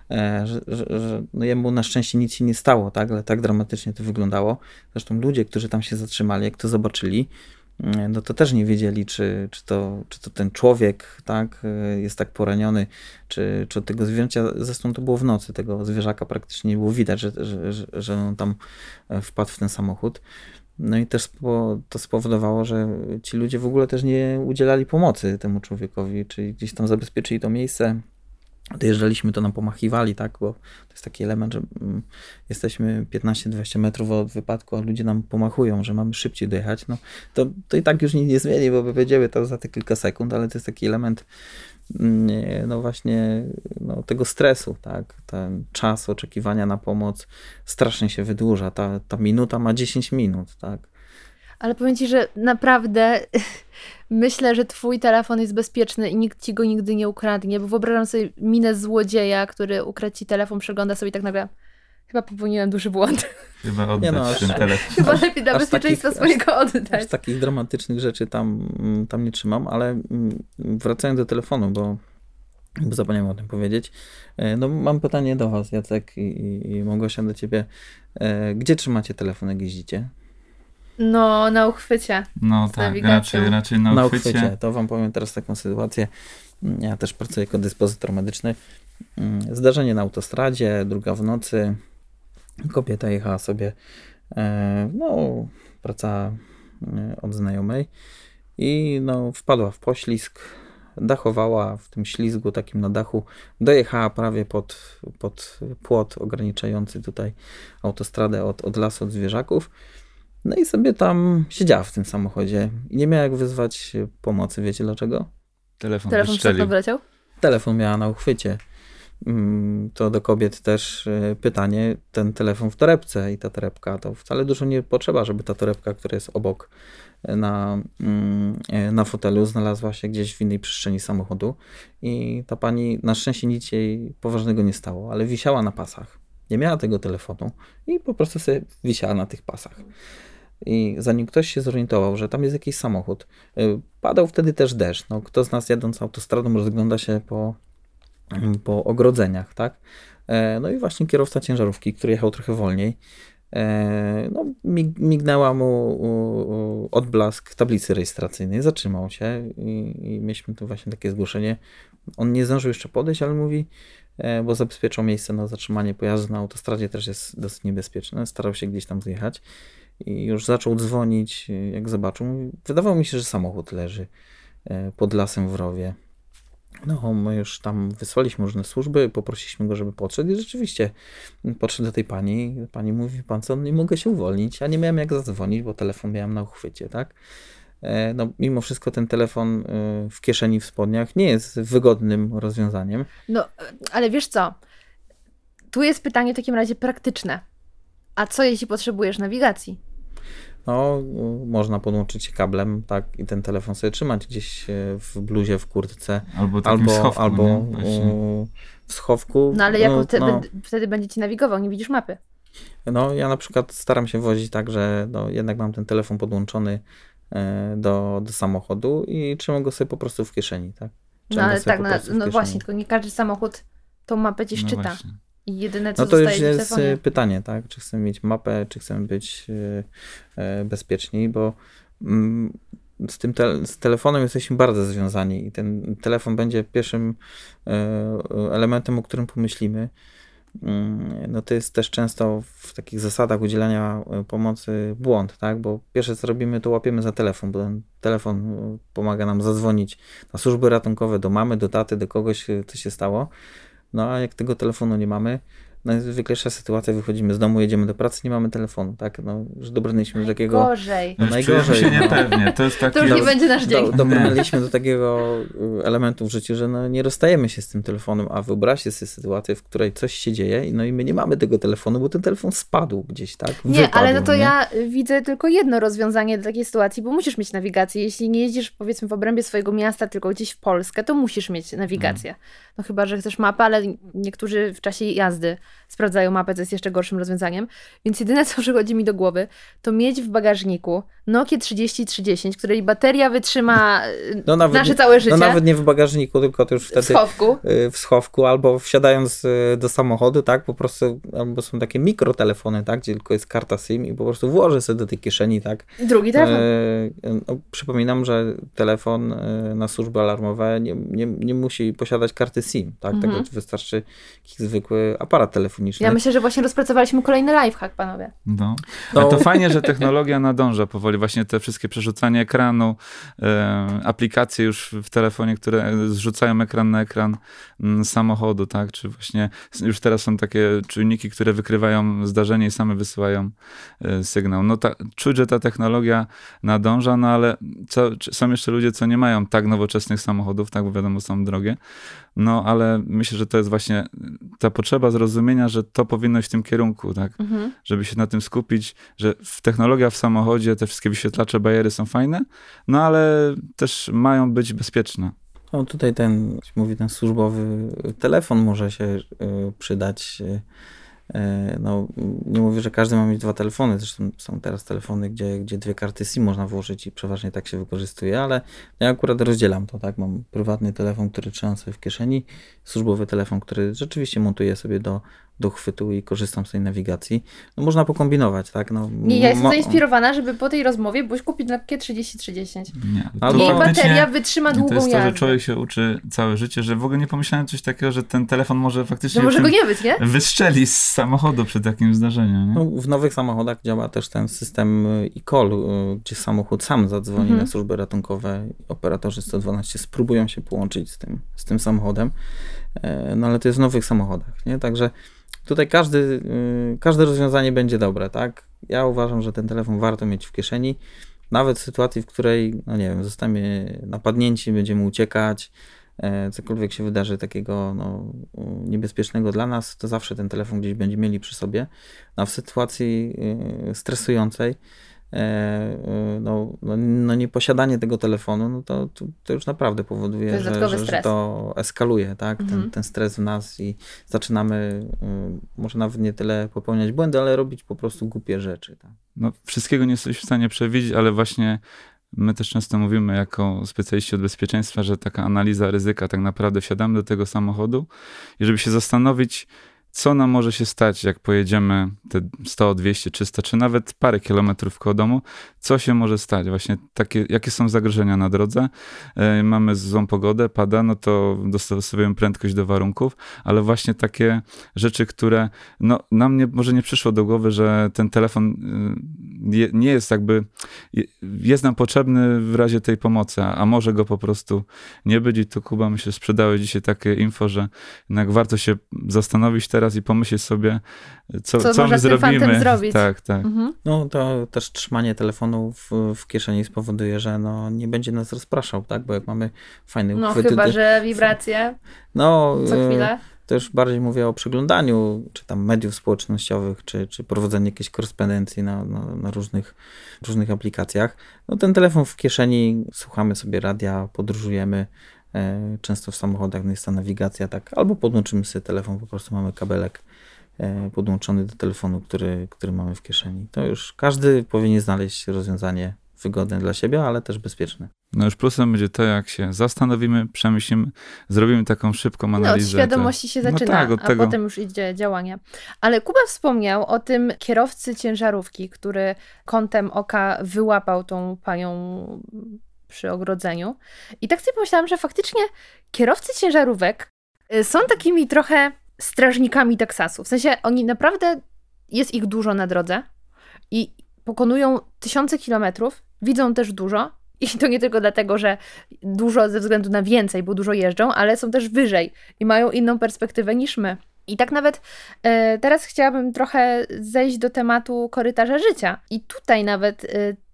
B: Że no jemu na szczęście nic się nie stało, tak? Ale tak dramatycznie to wyglądało. Zresztą ludzie, którzy tam się zatrzymali, jak to zobaczyli, no to też nie wiedzieli, czy to ten człowiek, tak, jest tak poraniony, czy od tego zwierzęcia. Zresztą to było w nocy, tego zwierzaka praktycznie nie było widać, że on tam wpadł w ten samochód. No i też to spowodowało, że ci ludzie w ogóle też nie udzielali pomocy temu człowiekowi, czyli gdzieś tam zabezpieczyli to miejsce. Dojeżdżaliśmy, to nam pomachiwali, tak, bo to jest taki element, że jesteśmy 15-20 metrów od wypadku, a ludzie nam pomachują, że mamy szybciej dojechać. No, to i tak już nic nie zmieni, bo będziemy tam za te kilka sekund, ale to jest taki element no właśnie tego stresu, tak, ten czas oczekiwania na pomoc strasznie się wydłuża, ta minuta ma 10 minut, tak.
A: Ale powiem ci, że naprawdę myślę, że twój telefon jest bezpieczny i nikt ci go nigdy nie ukradnie, bo wyobrażam sobie minę złodzieja, który ukradł ci telefon, przegląda sobie i tak nagle chyba popełniłem duży błąd.
C: Chyba oddać ten telefon.
A: Chyba lepiej dla bezpieczeństwa swojego oddać.
B: Aż takich dramatycznych rzeczy tam nie trzymam, ale wracając do telefonu, bo zapomniałem o tym powiedzieć. No mam pytanie do was, Jacek i Małgosia, do ciebie. Gdzie trzymacie telefon, jak jeździcie?
A: No, na uchwycie.
C: No tak, raczej na uchwycie.
B: To wam powiem teraz taką sytuację. Ja też pracuję jako dyspozytor medyczny. Zdarzenie na autostradzie, 2 w nocy. Kobieta jechała sobie, wracała od znajomej i wpadła w poślizg, dachowała w tym ślizgu takim na dachu, dojechała prawie pod płot ograniczający tutaj autostradę od lasu, od zwierzaków. No i sobie tam siedziała w tym samochodzie i nie miała jak wyzwać pomocy. Wiecie dlaczego?
C: Telefon
A: wyleciał?
B: Telefon miała na uchwycie. To do kobiet też pytanie, ten telefon w torebce i ta torebka, to wcale dużo nie potrzeba, żeby ta torebka, która jest obok na fotelu, znalazła się gdzieś w innej przestrzeni samochodu i ta pani, na szczęście nic jej poważnego nie stało, ale wisiała na pasach. Nie miała tego telefonu i po prostu sobie wisiała na tych pasach. I zanim ktoś się zorientował, że tam jest jakiś samochód, padał wtedy też deszcz. Kto z nas jadąc autostradą rozgląda się po ogrodzeniach, tak? No i właśnie kierowca ciężarówki, który jechał trochę wolniej, no, mignęła mu odblask tablicy rejestracyjnej, zatrzymał się i mieliśmy tu właśnie takie zgłoszenie. On nie zdążył jeszcze podejść, ale mówi, bo zabezpieczał miejsce na zatrzymanie pojazdu na autostradzie, też jest dosyć niebezpieczne, starał się gdzieś tam zjechać i już zaczął dzwonić, jak zobaczył. Mówi, wydawało mi się, że samochód leży pod lasem w rowie. No, my już tam wysłaliśmy różne służby, poprosiliśmy go, żeby podszedł i rzeczywiście podszedł do tej pani. Pani mówi, pan co, nie mogę się uwolnić. Ja nie miałem jak zadzwonić, bo telefon miałem na uchwycie, tak? No, mimo wszystko ten telefon w kieszeni w spodniach nie jest wygodnym rozwiązaniem.
A: No, ale wiesz co? Tu jest pytanie w takim razie praktyczne. A co jeśli potrzebujesz nawigacji?
B: No, można podłączyć się kablem, tak, i ten telefon sobie trzymać gdzieś w bluzie, w kurtce.
C: Albo
B: w schowku.
A: No ale wtedy będzie ci nawigował, nie widzisz mapy.
B: No, ja na przykład staram się wozić tak, że jednak mam ten telefon podłączony do samochodu i trzymam go sobie po prostu w kieszeni, tak?
A: No ale tak, no właśnie, tylko nie każdy samochód tą mapę ci szczyta.
C: Właśnie.
A: I jedyne co
B: to już
A: w
B: jest
A: telefonie.
B: pytanie, tak? Czy chcemy mieć mapę, czy chcemy być bezpieczni, bo z telefonem jesteśmy bardzo związani i ten telefon będzie pierwszym elementem, o którym pomyślimy. No to jest też często w takich zasadach udzielania pomocy błąd, tak? Bo pierwsze co robimy, to łapiemy za telefon, bo ten telefon pomaga nam zadzwonić na służby ratunkowe, do mamy, do taty, do kogoś, co się stało. No a jak tego telefonu nie mamy, najzwyklejsza sytuacja, wychodzimy z domu, jedziemy do pracy, nie mamy telefonu, tak? No, już dobrnęliśmy do takiego...
A: Gorzej.
B: Najgorzej.
C: Się niepewnie. To jest taki...
A: To już nie będzie nasz dzień.
B: Dobrnęliśmy do takiego elementu w życiu, że nie rozstajemy się z tym telefonem, a wyobraźcie sobie sytuację, w której coś się dzieje i my nie mamy tego telefonu, bo ten telefon spadł gdzieś, tak?
A: Nie, ale no to ja widzę tylko jedno rozwiązanie do takiej sytuacji, bo musisz mieć nawigację. Jeśli nie jeździsz, powiedzmy, w obrębie swojego miasta, tylko gdzieś w Polskę, to musisz mieć nawigację. No chyba, że chcesz mapę, ale niektórzy w czasie jazdy sprawdzają mapę, co jest jeszcze gorszym rozwiązaniem. Więc jedyne, co przychodzi mi do głowy, to mieć w bagażniku Nokia 3010, której bateria wytrzyma nasze całe życie.
B: No nawet nie w bagażniku, tylko to już wtedy... W schowku, albo wsiadając do samochodu, tak, po prostu, albo są takie mikrotelefony, tak, gdzie tylko jest karta SIM i po prostu włożę sobie do tej kieszeni, tak.
A: Drugi telefon.
B: Przypominam, że telefon na służby alarmowe nie musi posiadać karty SIM, tak, tego wystarczy jakiś zwykły aparat telefoniczny.
A: Ja myślę, że właśnie rozpracowaliśmy kolejny lifehack, panowie.
C: No. Ale to fajnie, że technologia nadąża powoli. Właśnie te wszystkie przerzucanie ekranu, aplikacje już w telefonie, które zrzucają ekran na ekran samochodu, tak? Czy właśnie już teraz są takie czujniki, które wykrywają zdarzenie i same wysyłają sygnał. No czuć, że ta technologia nadąża, no ale są jeszcze ludzie, co nie mają tak nowoczesnych samochodów, tak? Bo wiadomo, są drogie. No, ale myślę, że to jest właśnie ta potrzeba zrozumienia, że to powinno iść w tym kierunku, tak? Żeby się na tym skupić, że technologia w samochodzie, te wszystkie wyświetlacze, bariery są fajne, no ale też mają być bezpieczne.
B: No tutaj ten służbowy telefon może się przydać. No, nie mówię, że każdy ma mieć 2 telefony, zresztą są teraz telefony, gdzie 2 karty SIM można włożyć i przeważnie tak się wykorzystuje, ale ja akurat rozdzielam to, tak, mam prywatny telefon, który trzymam sobie w kieszeni, służbowy telefon, który rzeczywiście montuję sobie do chwytu i korzystam z tej nawigacji. No można pokombinować, tak? No,
A: nie, ja jestem zainspirowana, żeby po tej rozmowie Buś kupić Nokia 3030.
C: Nie.
A: Jej bateria wytrzyma długą jazdę.
C: To jest to, że człowiek się uczy całe życie, że w ogóle nie pomyślałem coś takiego, że ten telefon może faktycznie
A: może go nie być, nie?
C: Wystrzeli z samochodu przy takim zdarzeniu. Nie?
B: No, w nowych samochodach działa też ten system e-call, gdzie samochód sam zadzwoni na służby ratunkowe. Operatorzy 112 spróbują się połączyć z tym samochodem, no ale to jest w nowych samochodach, nie? Także tutaj każde rozwiązanie będzie dobre, tak? Ja uważam, że ten telefon warto mieć w kieszeni, nawet w sytuacji, w której, no nie wiem, zostaniemy napadnięci, będziemy uciekać, cokolwiek się wydarzy takiego niebezpiecznego dla nas, to zawsze ten telefon gdzieś będziemy mieli przy sobie. A w sytuacji stresującej, nieposiadanie tego telefonu, no to już naprawdę powoduje, że to eskaluje, tak? Ten stres w nas i zaczynamy może nawet nie tyle popełniać błędy, ale robić po prostu głupie rzeczy. Tak?
C: No, wszystkiego nie jesteś w stanie przewidzieć, ale właśnie my też często mówimy jako specjaliści od bezpieczeństwa, że taka analiza ryzyka, tak naprawdę wsiadamy do tego samochodu i żeby się zastanowić, co nam może się stać, jak pojedziemy te 100, 200, 300, czy nawet parę kilometrów koło domu, co się może stać, właśnie jakie są zagrożenia na drodze. Mamy złą pogodę, pada, no to dostosowujemy prędkość do warunków, ale właśnie takie rzeczy, które nam może nie przyszło do głowy, że ten telefon nie jest jest nam potrzebny w razie tej pomocy, a może go po prostu nie być i tu Kuba, myślę, sprzedały dzisiaj takie info, że jednak warto się zastanowić teraz i pomyśleć sobie, co my zrobimy.
A: Zrobić.
C: Tak.
B: No to też trzymanie telefonu w kieszeni spowoduje, że nie będzie nas rozpraszał, tak? Bo jak mamy fajny uchwyt...
A: chyba, że wibracje co chwilę.
B: To już bardziej mówię o przeglądaniu, czy tam mediów społecznościowych, czy prowadzeniu jakiejś korespondencji na różnych aplikacjach. No ten telefon w kieszeni, słuchamy sobie radia, podróżujemy, często w samochodach jest ta nawigacja, tak, albo podłączymy sobie telefon, po prostu mamy kabelek podłączony do telefonu, który mamy w kieszeni. To już każdy powinien znaleźć rozwiązanie wygodne dla siebie, ale też bezpieczne.
C: No już plusem będzie to, jak się zastanowimy, przemyślimy, zrobimy taką szybką analizę.
A: Od świadomości się zaczyna, a potem już idzie działanie. Ale Kuba wspomniał o tym kierowcy ciężarówki, który kątem oka wyłapał tą panią przy ogrodzeniu. I tak sobie pomyślałam, że faktycznie kierowcy ciężarówek są takimi trochę strażnikami Teksasu. W sensie oni naprawdę, jest ich dużo na drodze i pokonują tysiące kilometrów, widzą też dużo i to nie tylko dlatego, że dużo ze względu na więcej, bo dużo jeżdżą, ale są też wyżej i mają inną perspektywę niż my. I tak nawet teraz chciałabym trochę zejść do tematu korytarza życia. I tutaj nawet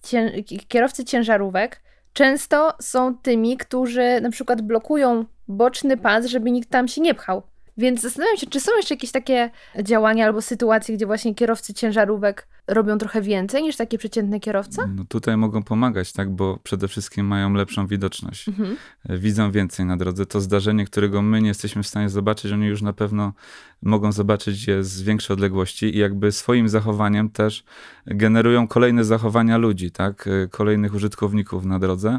A: kierowcy ciężarówek często są tymi, którzy na przykład blokują boczny pas, żeby nikt tam się nie pchał. Więc zastanawiam się, czy są jeszcze jakieś takie działania albo sytuacje, gdzie właśnie kierowcy ciężarówek robią trochę więcej niż takie przeciętne kierowcy?
C: No tutaj mogą pomagać, tak, bo przede wszystkim mają lepszą widoczność. Widzą więcej na drodze. To zdarzenie, którego my nie jesteśmy w stanie zobaczyć, oni już na pewno mogą zobaczyć je z większej odległości i jakby swoim zachowaniem też generują kolejne zachowania ludzi, tak, kolejnych użytkowników na drodze.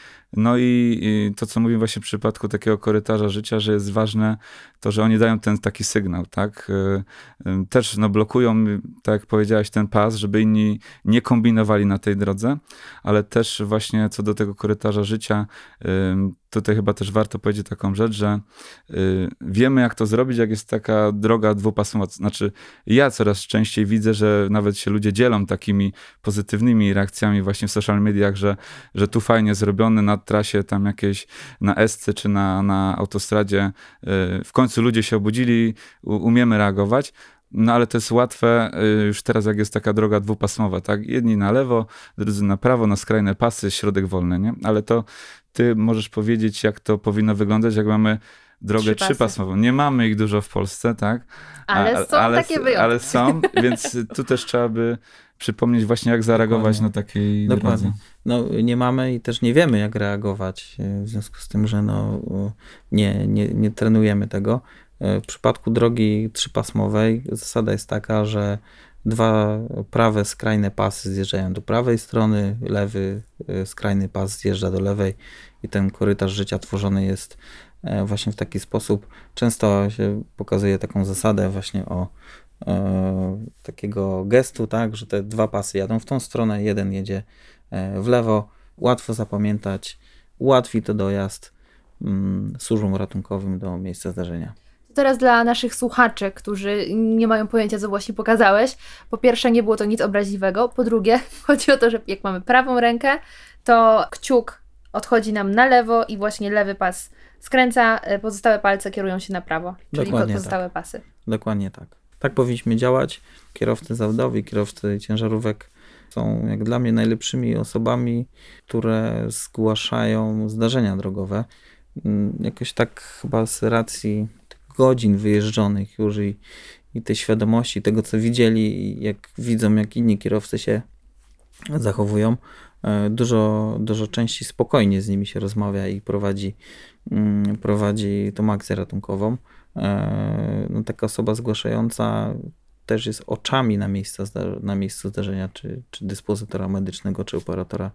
C: No i to, co mówimy właśnie w przypadku takiego korytarza życia, że jest ważne to, że oni dają ten taki sygnał, tak? Też blokują, tak jak powiedziałaś, ten pas, żeby inni nie kombinowali na tej drodze, ale też właśnie co do tego korytarza życia, tutaj chyba też warto powiedzieć taką rzecz, że wiemy, jak to zrobić, jak jest taka droga dwupasmowa. Znaczy, ja coraz częściej widzę, że nawet się ludzie dzielą takimi pozytywnymi reakcjami właśnie w social mediach, że tu fajnie zrobione na trasie tam jakieś, na Esce czy na autostradzie. W końcu ludzie się obudzili, umiemy reagować. No ale to jest łatwe już teraz, jak jest taka droga dwupasmowa, tak? Jedni na lewo, drudzy na prawo, na skrajne pasy, środek wolny, nie? Ale to ty możesz powiedzieć, jak to powinno wyglądać, jak mamy drogę trzypasmową. Nie mamy ich dużo w Polsce, tak?
A: Ale są takie wyjątki.
C: Ale są, więc tu też trzeba by przypomnieć właśnie, jak zareagować na takiej drodze.
B: No nie mamy i też nie wiemy, jak reagować, w związku z tym, że nie trenujemy tego. W przypadku drogi trzypasmowej zasada jest taka, że dwa prawe skrajne pasy zjeżdżają do prawej strony, lewy skrajny pas zjeżdża do lewej i ten korytarz życia tworzony jest właśnie w taki sposób. Często się pokazuje taką zasadę właśnie takiego gestu, tak, że te dwa pasy jadą w tą stronę, jeden jedzie w lewo. Łatwo zapamiętać, ułatwi to dojazd służbom ratunkowym do miejsca zdarzenia.
A: Teraz dla naszych słuchaczy, którzy nie mają pojęcia, co właśnie pokazałeś. Po pierwsze, nie było to nic obraźliwego. Po drugie, chodzi o to, że jak mamy prawą rękę, to kciuk odchodzi nam na lewo i właśnie lewy pas skręca, pozostałe palce kierują się na prawo, czyli
B: Dokładnie
A: pozostałe pasy.
B: Dokładnie tak. Tak powinniśmy działać. Kierowcy zawodowi, kierowcy ciężarówek są jak dla mnie najlepszymi osobami, które zgłaszają zdarzenia drogowe. Jakoś tak chyba z racji godzin wyjeżdżonych już i tej świadomości tego, co widzieli i jak widzą, jak inni kierowcy się zachowują, dużo częściej spokojnie z nimi się rozmawia i prowadzi tą akcję ratunkową. No, taka osoba zgłaszająca też jest oczami na miejscu zdarzenia, czy dyspozytora medycznego, czy operatora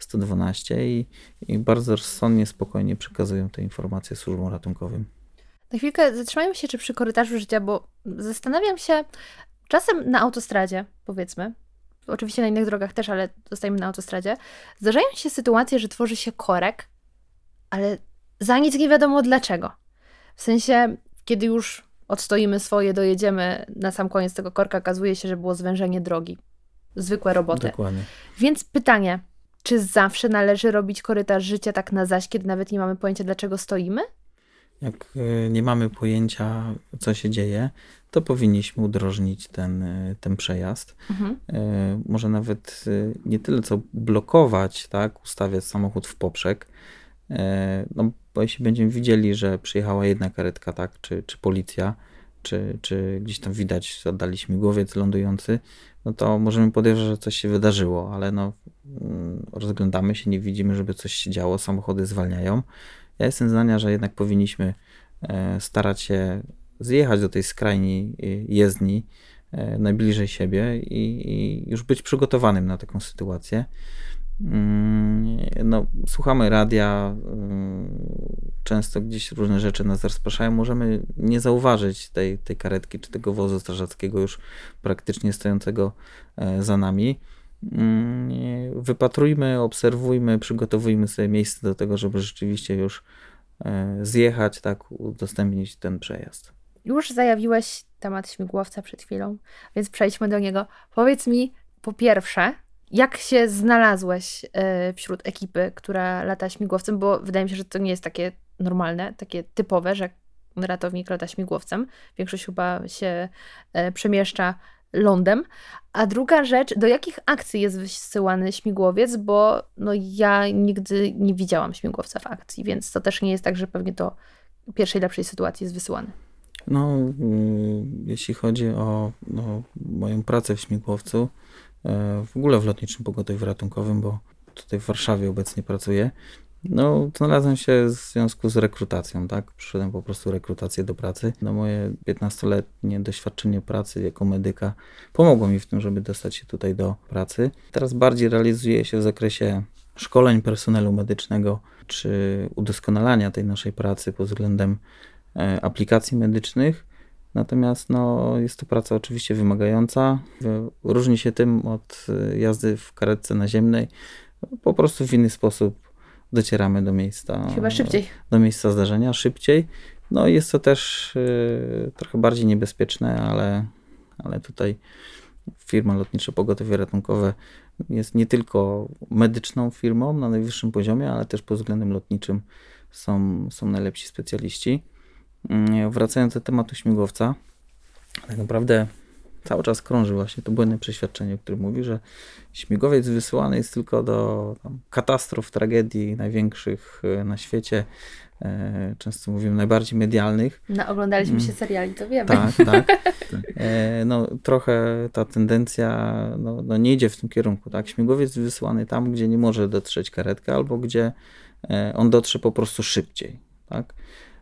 B: 112 i bardzo rozsądnie, spokojnie przekazują te informacje służbom ratunkowym.
A: Na chwilkę zatrzymajmy się przy korytarzu życia, bo zastanawiam się, czasem na autostradzie, powiedzmy, oczywiście na innych drogach też, ale zostajemy na autostradzie, zdarzają się sytuacje, że tworzy się korek, ale za nic nie wiadomo dlaczego. W sensie, kiedy już odstoimy swoje, dojedziemy na sam koniec tego korka, okazuje się, że było zwężenie drogi. Zwykłe roboty.
B: Dokładnie.
A: Więc pytanie, czy zawsze należy robić korytarz życia tak na zaś, kiedy nawet nie mamy pojęcia, dlaczego stoimy?
B: Jak nie mamy pojęcia, co się dzieje, to powinniśmy udrożnić ten przejazd. Może nawet nie tyle, co blokować, tak, ustawiać samochód w poprzek. No, bo jeśli będziemy widzieli, że przyjechała jedna karetka, tak, czy policja, czy gdzieś tam widać, oddali śmigłowiec lądujący, no to możemy podejrzeć, że coś się wydarzyło, ale no, rozglądamy się, nie widzimy, żeby coś się działo, samochody zwalniają. Ja jestem zdania, że jednak powinniśmy starać się zjechać do tej skrajni jezdni najbliżej siebie i już być przygotowanym na taką sytuację. No, słuchamy radia, często gdzieś różne rzeczy nas rozpraszają, możemy nie zauważyć tej karetki czy tego wozu strażackiego już praktycznie stojącego za nami. Wypatrujmy, obserwujmy, przygotowujmy sobie miejsce do tego, żeby rzeczywiście już zjechać, tak, udostępnić ten przejazd.
A: Już zajawiłeś temat śmigłowca przed chwilą, więc przejdźmy do niego. Powiedz mi, po pierwsze, jak się znalazłeś wśród ekipy, która lata śmigłowcem, bo wydaje mi się, że to nie jest takie normalne, takie typowe, że ratownik lata śmigłowcem. Większość chyba się przemieszcza lądem. A druga rzecz, do jakich akcji jest wysyłany śmigłowiec, bo no, ja nigdy nie widziałam śmigłowca w akcji, więc to też nie jest tak, że pewnie do pierwszej lepszej sytuacji jest wysyłany.
B: No, jeśli chodzi o moją pracę w śmigłowcu, w ogóle w Lotniczym Pogotowiu Ratunkowym, bo tutaj w Warszawie obecnie pracuję, no, znalazłem się w związku z rekrutacją, tak? Przyszedłem po prostu rekrutację do pracy. No, moje 15-letnie doświadczenie pracy jako medyka pomogło mi w tym, żeby dostać się tutaj do pracy. Teraz bardziej realizuję się w zakresie szkoleń personelu medycznego, czy udoskonalania tej naszej pracy pod względem aplikacji medycznych. Natomiast no, jest to praca oczywiście wymagająca. Różni się tym od jazdy w karetce naziemnej. Po prostu w inny sposób docieramy do miejsca.
A: Chyba szybciej.
B: Do miejsca zdarzenia szybciej. No i jest to też trochę bardziej niebezpieczne, ale tutaj firma Lotnicze Pogotowie Ratunkowe jest nie tylko medyczną firmą na najwyższym poziomie, ale też pod względem lotniczym są najlepsi specjaliści. Wracając do tematu śmigłowca, tak naprawdę cały czas krąży właśnie to błędne przeświadczenie, o którym mówi, że śmigłowiec wysyłany jest tylko do katastrof, tragedii największych na świecie, często mówimy najbardziej medialnych.
A: No, oglądaliśmy się seriali, to wiemy.
B: Tak. No, trochę ta tendencja no, nie idzie w tym kierunku. Tak? Śmigłowiec wysyłany tam, gdzie nie może dotrzeć karetka, albo gdzie on dotrze po prostu szybciej. Tak?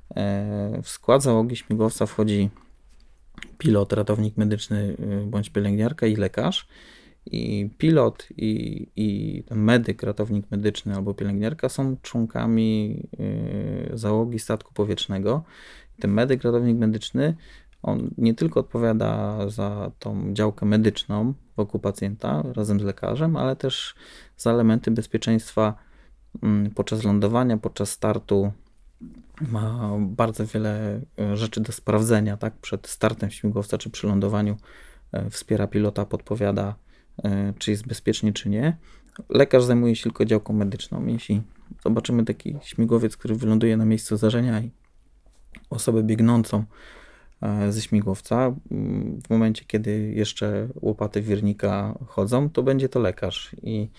B: W skład załogi śmigłowca wchodzi pilot, ratownik medyczny bądź pielęgniarka i lekarz. I pilot i ten medyk, ratownik medyczny albo pielęgniarka są członkami załogi statku powietrznego. Ten medyk, ratownik medyczny, on nie tylko odpowiada za tą działkę medyczną wokół pacjenta razem z lekarzem, ale też za elementy bezpieczeństwa podczas lądowania, podczas startu. Ma bardzo wiele rzeczy do sprawdzenia, tak? Przed startem śmigłowca czy przy lądowaniu wspiera pilota, podpowiada, czy jest bezpiecznie, czy nie. Lekarz zajmuje się tylko działką medyczną. Jeśli zobaczymy taki śmigłowiec, który wyląduje na miejscu zdarzenia i osobę biegnącą ze śmigłowca, w momencie, kiedy jeszcze łopaty wirnika chodzą, to będzie to lekarz. I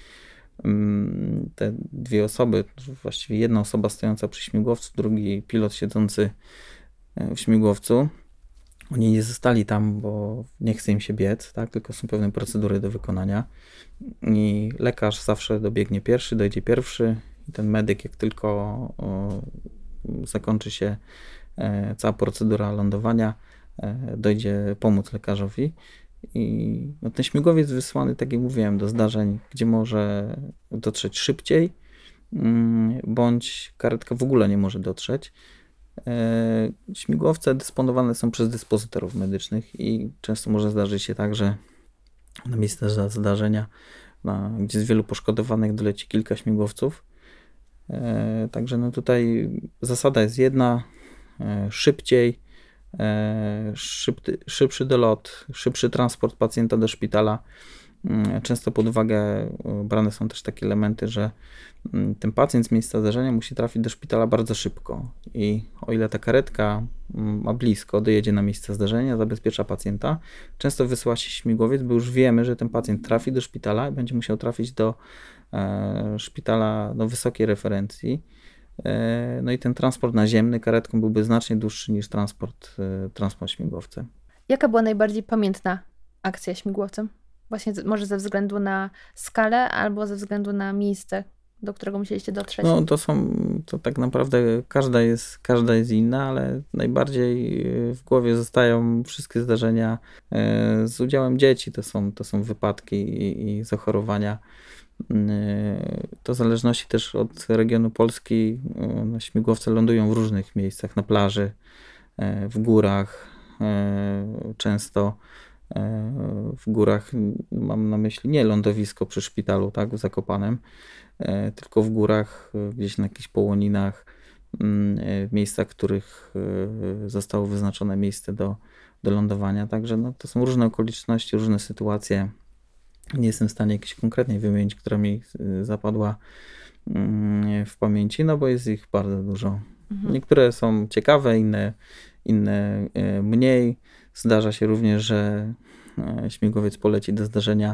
B: te dwie osoby, właściwie jedna osoba stojąca przy śmigłowcu, drugi pilot siedzący w śmigłowcu, oni nie zostali tam, bo nie chce im się biec, tak? Tylko są pewne procedury do wykonania i lekarz zawsze dobiegnie pierwszy, dojdzie pierwszy i ten medyk, jak tylko zakończy się cała procedura lądowania, dojdzie pomóc lekarzowi. I no, ten śmigłowiec wysłany, tak jak mówiłem, do zdarzeń, gdzie może dotrzeć szybciej, bądź karetka w ogóle nie może dotrzeć. Śmigłowce dysponowane są przez dyspozytorów medycznych i często może zdarzyć się tak, że na miejsce zdarzenia, gdzie jest wielu poszkodowanych, doleci kilka śmigłowców. Także no tutaj zasada jest jedna, szybciej, szybszy dolot, szybszy transport pacjenta do szpitala. Często pod uwagę brane są też takie elementy, że ten pacjent z miejsca zdarzenia musi trafić do szpitala bardzo szybko i o ile ta karetka ma blisko, dojedzie na miejsce zdarzenia, zabezpiecza pacjenta, często wysyła się śmigłowiec, bo już wiemy, że ten pacjent trafi do szpitala i będzie musiał trafić do szpitala wysokiej referencji. No i ten transport naziemny karetką byłby znacznie dłuższy niż transport śmigłowcem.
A: Jaka była najbardziej pamiętna akcja śmigłowcem? Właśnie może ze względu na skalę albo ze względu na miejsce, do którego musieliście dotrzeć?
B: No to tak naprawdę każda jest inna, ale najbardziej w głowie zostają wszystkie zdarzenia z udziałem dzieci. To są wypadki i zachorowania. To w zależności też od regionu Polski śmigłowce lądują w różnych miejscach, na plaży, w górach, często w górach, mam na myśli nie lądowisko przy szpitalu, tak, w Zakopanem, tylko w górach, gdzieś na jakichś połoninach, w miejscach, w których zostało wyznaczone miejsce do lądowania. Także to są różne okoliczności, różne sytuacje. Nie jestem w stanie jakiejś konkretnej wymienić, która mi zapadła w pamięci, bo jest ich bardzo dużo. Niektóre są ciekawe, inne mniej. Zdarza się również, że śmigłowiec poleci do zdarzenia,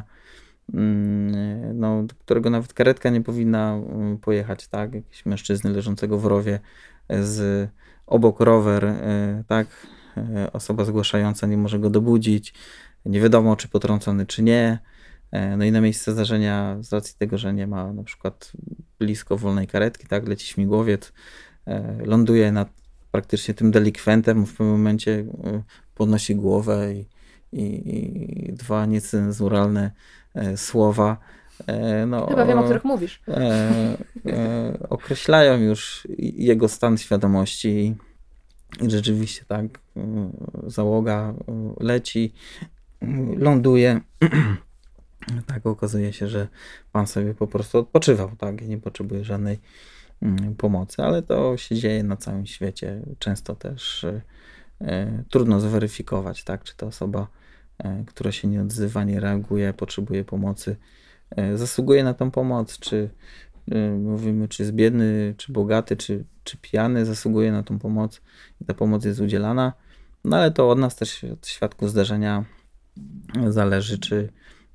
B: do którego nawet karetka nie powinna pojechać, tak? Jakiś mężczyzny leżącego w rowie, obok rower, tak? Osoba zgłaszająca nie może go dobudzić, nie wiadomo, czy potrącony, czy nie. No i na miejsce zdarzenia, z racji tego, że nie ma na przykład blisko wolnej karetki, tak? Leci śmigłowiec, ląduje nad praktycznie tym delikwentem, w pewnym momencie podnosi głowę i dwa niecenzuralne słowa.
A: Chyba wiem, o których mówisz.
B: Określają już jego stan świadomości i rzeczywiście tak, załoga leci, ląduje. Tak, okazuje się, że pan sobie po prostu odpoczywał, tak, i nie potrzebuje żadnej pomocy, ale to się dzieje na całym świecie. Często też trudno zweryfikować, tak, czy ta osoba, która się nie odzywa, nie reaguje, potrzebuje pomocy, zasługuje na tą pomoc, czy mówimy, czy jest biedny, czy bogaty, czy pijany, zasługuje na tą pomoc i ta pomoc jest udzielana. No ale to od nas też, od świadków zdarzenia zależy, czy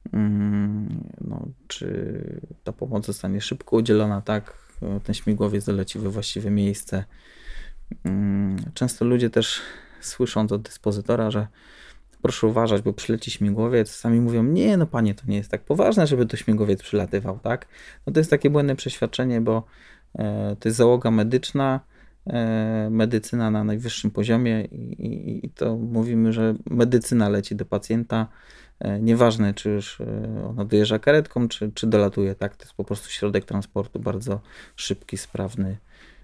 B: ta pomoc zostanie szybko udzielona, tak, ten śmigłowiec doleci we właściwe miejsce. Często ludzie też słysząc od dyspozytora, że proszę uważać, bo przyleci śmigłowiec, sami mówią, nie, panie, to nie jest tak poważne, żeby to śmigłowiec przylatywał, tak? To jest takie błędne przeświadczenie, bo to jest załoga medyczna, medycyna na najwyższym poziomie i to mówimy, że medycyna leci do pacjenta, nieważne, czy już ona dojeżdża karetką, czy dolatuje, tak? To jest po prostu środek transportu bardzo szybki, sprawny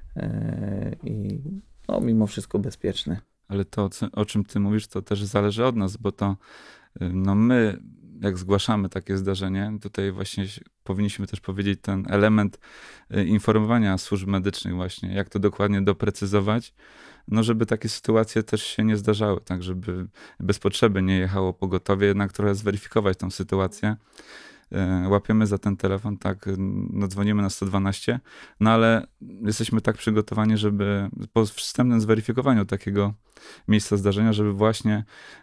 B: i mimo wszystko bezpieczny.
C: Ale to, o czym ty mówisz, to też zależy od nas, bo to my, jak zgłaszamy takie zdarzenie, tutaj właśnie powinniśmy też powiedzieć ten element informowania służb medycznych właśnie, jak to dokładnie doprecyzować, żeby takie sytuacje też się nie zdarzały, tak, żeby bez potrzeby nie jechało pogotowie, jednak trochę zweryfikować tą sytuację. Łapiemy za ten telefon, tak, dzwonimy na 112, ale jesteśmy tak przygotowani, żeby po wstępnym zweryfikowaniu takiego miejsca zdarzenia, żeby właśnie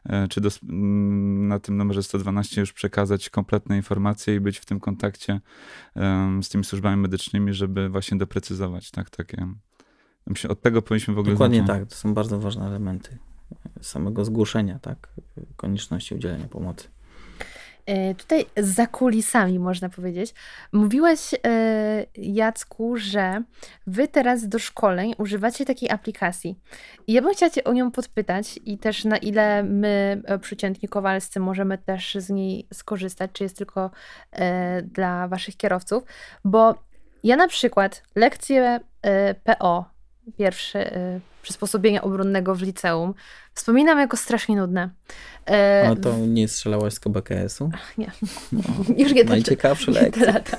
C: na tym numerze 112 już przekazać kompletne informacje i być w tym kontakcie z tymi służbami medycznymi, żeby właśnie doprecyzować, tak, takie. Myślę, od tego powinniśmy w ogóle
B: Dokładnie
C: zacząć.
B: tak, to są bardzo ważne elementy samego zgłoszenia, tak, konieczności udzielenia pomocy.
A: Tutaj za kulisami, można powiedzieć, mówiłeś, Jacku, że wy teraz do szkoleń używacie takiej aplikacji. I ja bym chciała cię o nią podpytać i też na ile my, przeciętni kowalscy, możemy też z niej skorzystać, czy jest tylko dla waszych kierowców, bo ja na przykład lekcję PO, przysposobienia obronnego w liceum, wspominam jako strasznie nudne.
B: A to nie strzelałaś z KBKS-u?
A: Nie. Już nie
B: Najciekawsze lekcje.
A: lata.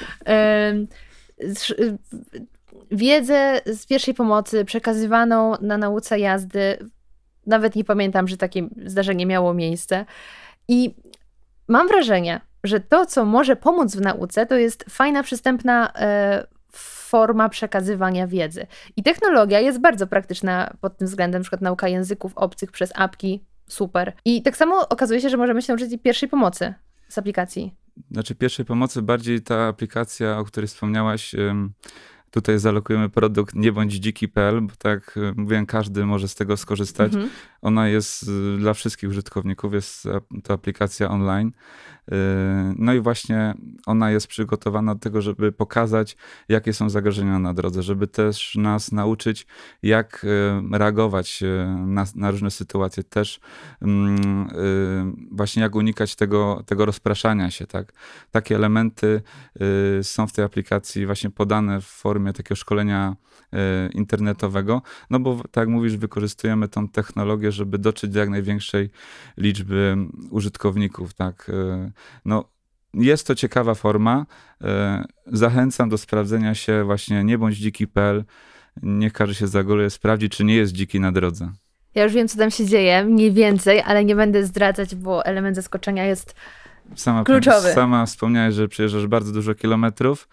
A: Wiedzę z pierwszej pomocy przekazywaną na nauce jazdy, nawet nie pamiętam, że takie zdarzenie miało miejsce. I mam wrażenie, że to, co może pomóc w nauce, to jest fajna, przystępna forma przekazywania wiedzy. I technologia jest bardzo praktyczna pod tym względem, na przykład nauka języków obcych przez apki, super. I tak samo okazuje się, że możemy się nauczyć i pierwszej pomocy z aplikacji.
C: Znaczy pierwszej pomocy bardziej ta aplikacja, o której wspomniałaś, tutaj zalokujemy produkt niebądździki.pl, bo tak mówiłem, każdy może z tego skorzystać. Ona jest dla wszystkich użytkowników, jest to aplikacja online. No i właśnie ona jest przygotowana do tego, żeby pokazać, jakie są zagrożenia na drodze, żeby też nas nauczyć, jak reagować na różne sytuacje, też właśnie jak unikać tego rozpraszania się. Tak? Takie elementy są w tej aplikacji właśnie podane w formie takiego szkolenia internetowego, no bo tak jak mówisz, wykorzystujemy tą technologię, żeby dotrzeć do jak największej liczby użytkowników, tak. No, jest to ciekawa forma. Zachęcam do sprawdzenia się właśnie niebądździki.pl. Niech każdy się zagoluje, sprawdzi, czy nie jest dziki na drodze.
A: Ja już wiem, co tam się dzieje, mniej więcej, ale nie będę zdradzać, bo element zaskoczenia jest kluczowy.
C: Sama wspomniałeś, że przejeżdżasz bardzo dużo kilometrów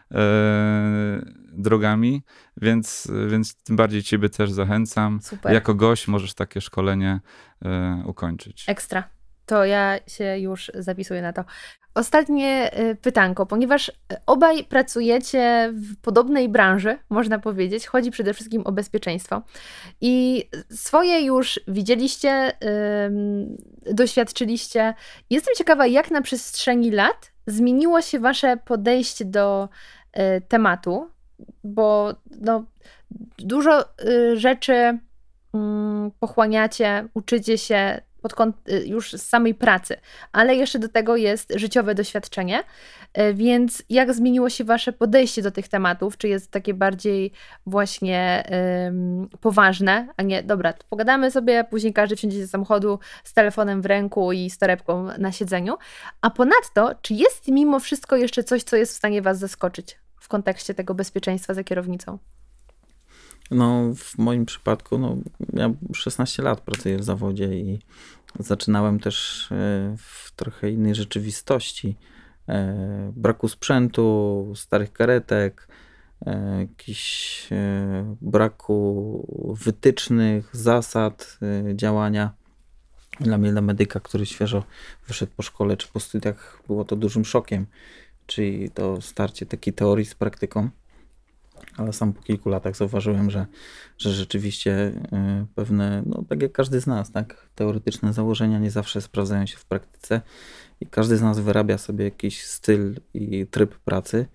C: drogami, więc tym bardziej ciebie też zachęcam.
A: Super.
C: Jako gość możesz takie szkolenie ukończyć.
A: Ekstra. To ja się już zapisuję na to. Ostatnie pytanko, ponieważ obaj pracujecie w podobnej branży, można powiedzieć, chodzi przede wszystkim o bezpieczeństwo. I swoje już widzieliście, doświadczyliście. Jestem ciekawa, jak na przestrzeni lat zmieniło się wasze podejście do tematu, bo no, dużo rzeczy pochłaniacie, uczycie się już z samej pracy, ale jeszcze do tego jest życiowe doświadczenie, więc jak zmieniło się wasze podejście do tych tematów? Czy jest takie bardziej właśnie poważne, a nie, dobra, to pogadamy sobie, później każdy wsiądzie do samochodu z telefonem w ręku i z torebką na siedzeniu, a ponadto, czy jest mimo wszystko jeszcze coś, co jest w stanie was zaskoczyć w kontekście tego bezpieczeństwa za kierownicą?
B: No, w moim przypadku, no, ja 16 lat pracuję w zawodzie i zaczynałem też w trochę innej rzeczywistości. Braku sprzętu, starych karetek, jakiś braku wytycznych, zasad działania. Dla mnie, dla medyka, który świeżo wyszedł po szkole czy po studiach, było to dużym szokiem, czyli to starcie takiej teorii z praktyką. Ale sam po kilku latach zauważyłem, że rzeczywiście pewne, no tak jak każdy z nas, tak, teoretyczne założenia nie zawsze sprawdzają się w praktyce i każdy z nas wyrabia sobie jakiś styl i tryb pracy.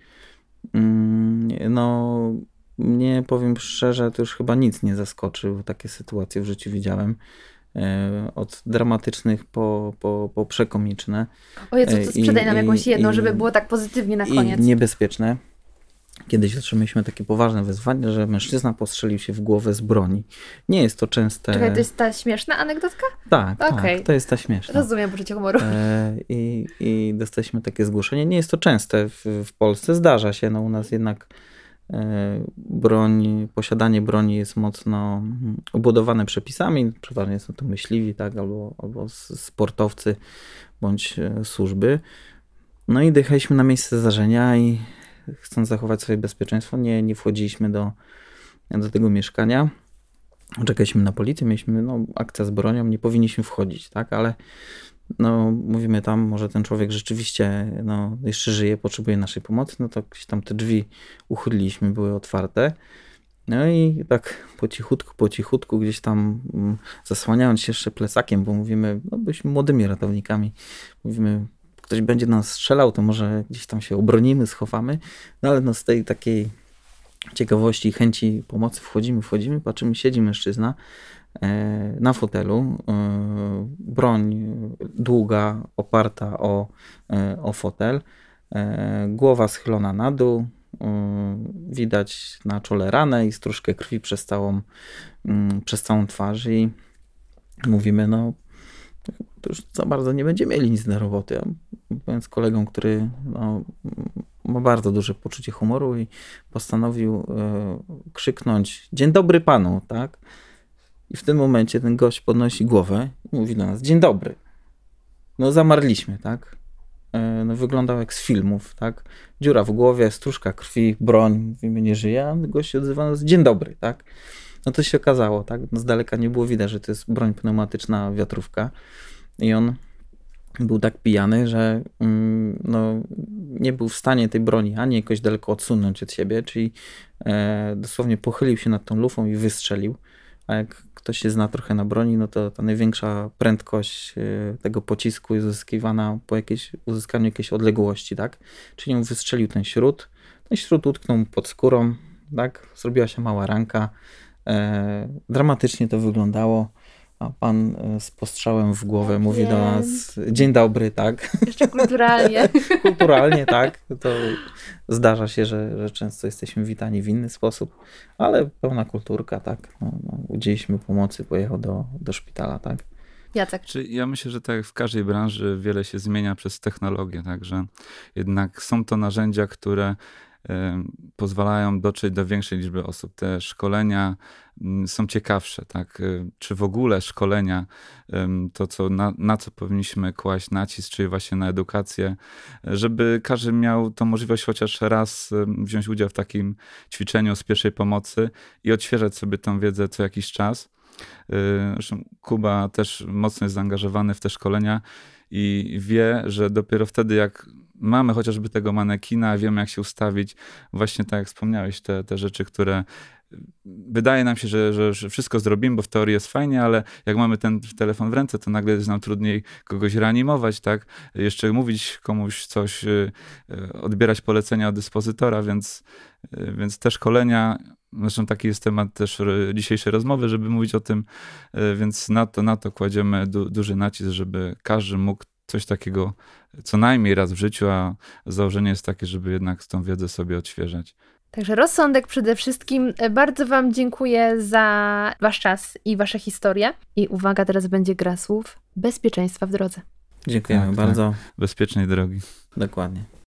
B: No, mnie, powiem szczerze, to już chyba nic nie zaskoczy, bo takie sytuacje w życiu widziałem. Od dramatycznych po przekomiczne.
A: O Jezu, to sprzedaj nam jakąś jedną, żeby było tak pozytywnie na koniec.
B: I niebezpieczne. Kiedyś otrzymaliśmy takie poważne wezwanie, że mężczyzna postrzelił się w głowę z broni. Nie jest to częste...
A: Czekaj, to jest ta śmieszna anegdotka?
B: Tak, okay. Tak, to jest ta śmieszna.
A: Rozumiem poczucie humoru.
B: I dostaliśmy takie zgłoszenie. Nie jest to częste w Polsce, zdarza się. No, u nas jednak posiadanie broni jest mocno obudowane przepisami. Przeważnie są to myśliwi, tak, albo sportowcy bądź służby. No i dojechaliśmy na miejsce zdarzenia i chcąc zachować swoje bezpieczeństwo, nie wchodziliśmy do tego mieszkania. Czekaliśmy na policję, mieliśmy akcja z bronią, nie powinniśmy wchodzić, tak, ale mówimy tam, może ten człowiek rzeczywiście jeszcze żyje, potrzebuje naszej pomocy, no to gdzieś tam te drzwi uchyliliśmy, były otwarte. No i tak po cichutku gdzieś tam zasłaniając się jeszcze plecakiem, bo mówimy, byliśmy młodymi ratownikami, mówimy, ktoś będzie nas strzelał, to może gdzieś tam się obronimy, schowamy, no ale z tej takiej ciekawości i chęci pomocy wchodzimy, patrzymy, siedzi mężczyzna na fotelu, broń długa, oparta o fotel, głowa schylona na dół, widać na czole ranę i stróżkę krwi przez całą twarz i mówimy, no to już za bardzo nie będziemy mieli nic do roboty. Ja byłem z kolegą, który ma bardzo duże poczucie humoru i postanowił krzyknąć: dzień dobry panu, tak? I w tym momencie ten gość podnosi głowę i mówi do nas: dzień dobry. No zamarliśmy, tak? No, wyglądał jak z filmów, tak? Dziura w głowie, stróżka krwi, broń, mówimy, nie żyje, a gość się odzywa: dzień dobry, tak? No to się okazało, tak? No z daleka nie było widać, że to jest broń pneumatyczna, wiatrówka. I on był tak pijany, że no, nie był w stanie tej broni ani jakoś daleko odsunąć od siebie, czyli dosłownie pochylił się nad tą lufą i wystrzelił. A jak ktoś się zna trochę na broni, no to ta największa prędkość tego pocisku jest uzyskiwana po uzyskaniu jakiejś odległości, tak? Czyli on wystrzelił ten śrut utknął mu pod skórą, tak? Zrobiła się mała ranka. Dramatycznie to wyglądało, a pan z postrzałem w głowę mówi do nas: dzień dobry, tak?
A: Jeszcze kulturalnie.
B: Kulturalnie, tak. To zdarza się, że często jesteśmy witani w inny sposób, ale pełna kulturka, tak. Udzieliliśmy pomocy, pojechał do szpitala, tak.
A: Jacek.
C: Ja myślę, że tak jak w każdej branży wiele się zmienia przez technologię, także jednak są to narzędzia, które pozwalają dotrzeć do większej liczby osób. Te szkolenia są ciekawsze, tak? Czy w ogóle szkolenia, to na co powinniśmy kłaść nacisk, czyli właśnie na edukację, żeby każdy miał tą możliwość chociaż raz wziąć udział w takim ćwiczeniu z pierwszej pomocy i odświeżać sobie tą wiedzę co jakiś czas. Zresztą Kuba też mocno jest zaangażowany w te szkolenia i wie, że dopiero wtedy, jak mamy chociażby tego manekina, wiemy, jak się ustawić, właśnie tak jak wspomniałeś, te rzeczy, które wydaje nam się, że wszystko zrobimy, bo w teorii jest fajnie, ale jak mamy ten telefon w ręce, to nagle jest nam trudniej kogoś reanimować, tak? Jeszcze mówić komuś coś, odbierać polecenia od dyspozytora, więc te szkolenia, zresztą taki jest temat też dzisiejszej rozmowy, żeby mówić o tym, więc na to kładziemy duży nacisk, żeby każdy mógł coś takiego co najmniej raz w życiu, a założenie jest takie, żeby jednak tą wiedzę sobie odświeżać.
A: Także rozsądek przede wszystkim. Bardzo wam dziękuję za wasz czas i wasze historie. I uwaga, teraz będzie gra słów: bezpieczeństwa w drodze.
B: Dziękujemy bardzo.
C: Bezpiecznej drogi.
B: Dokładnie.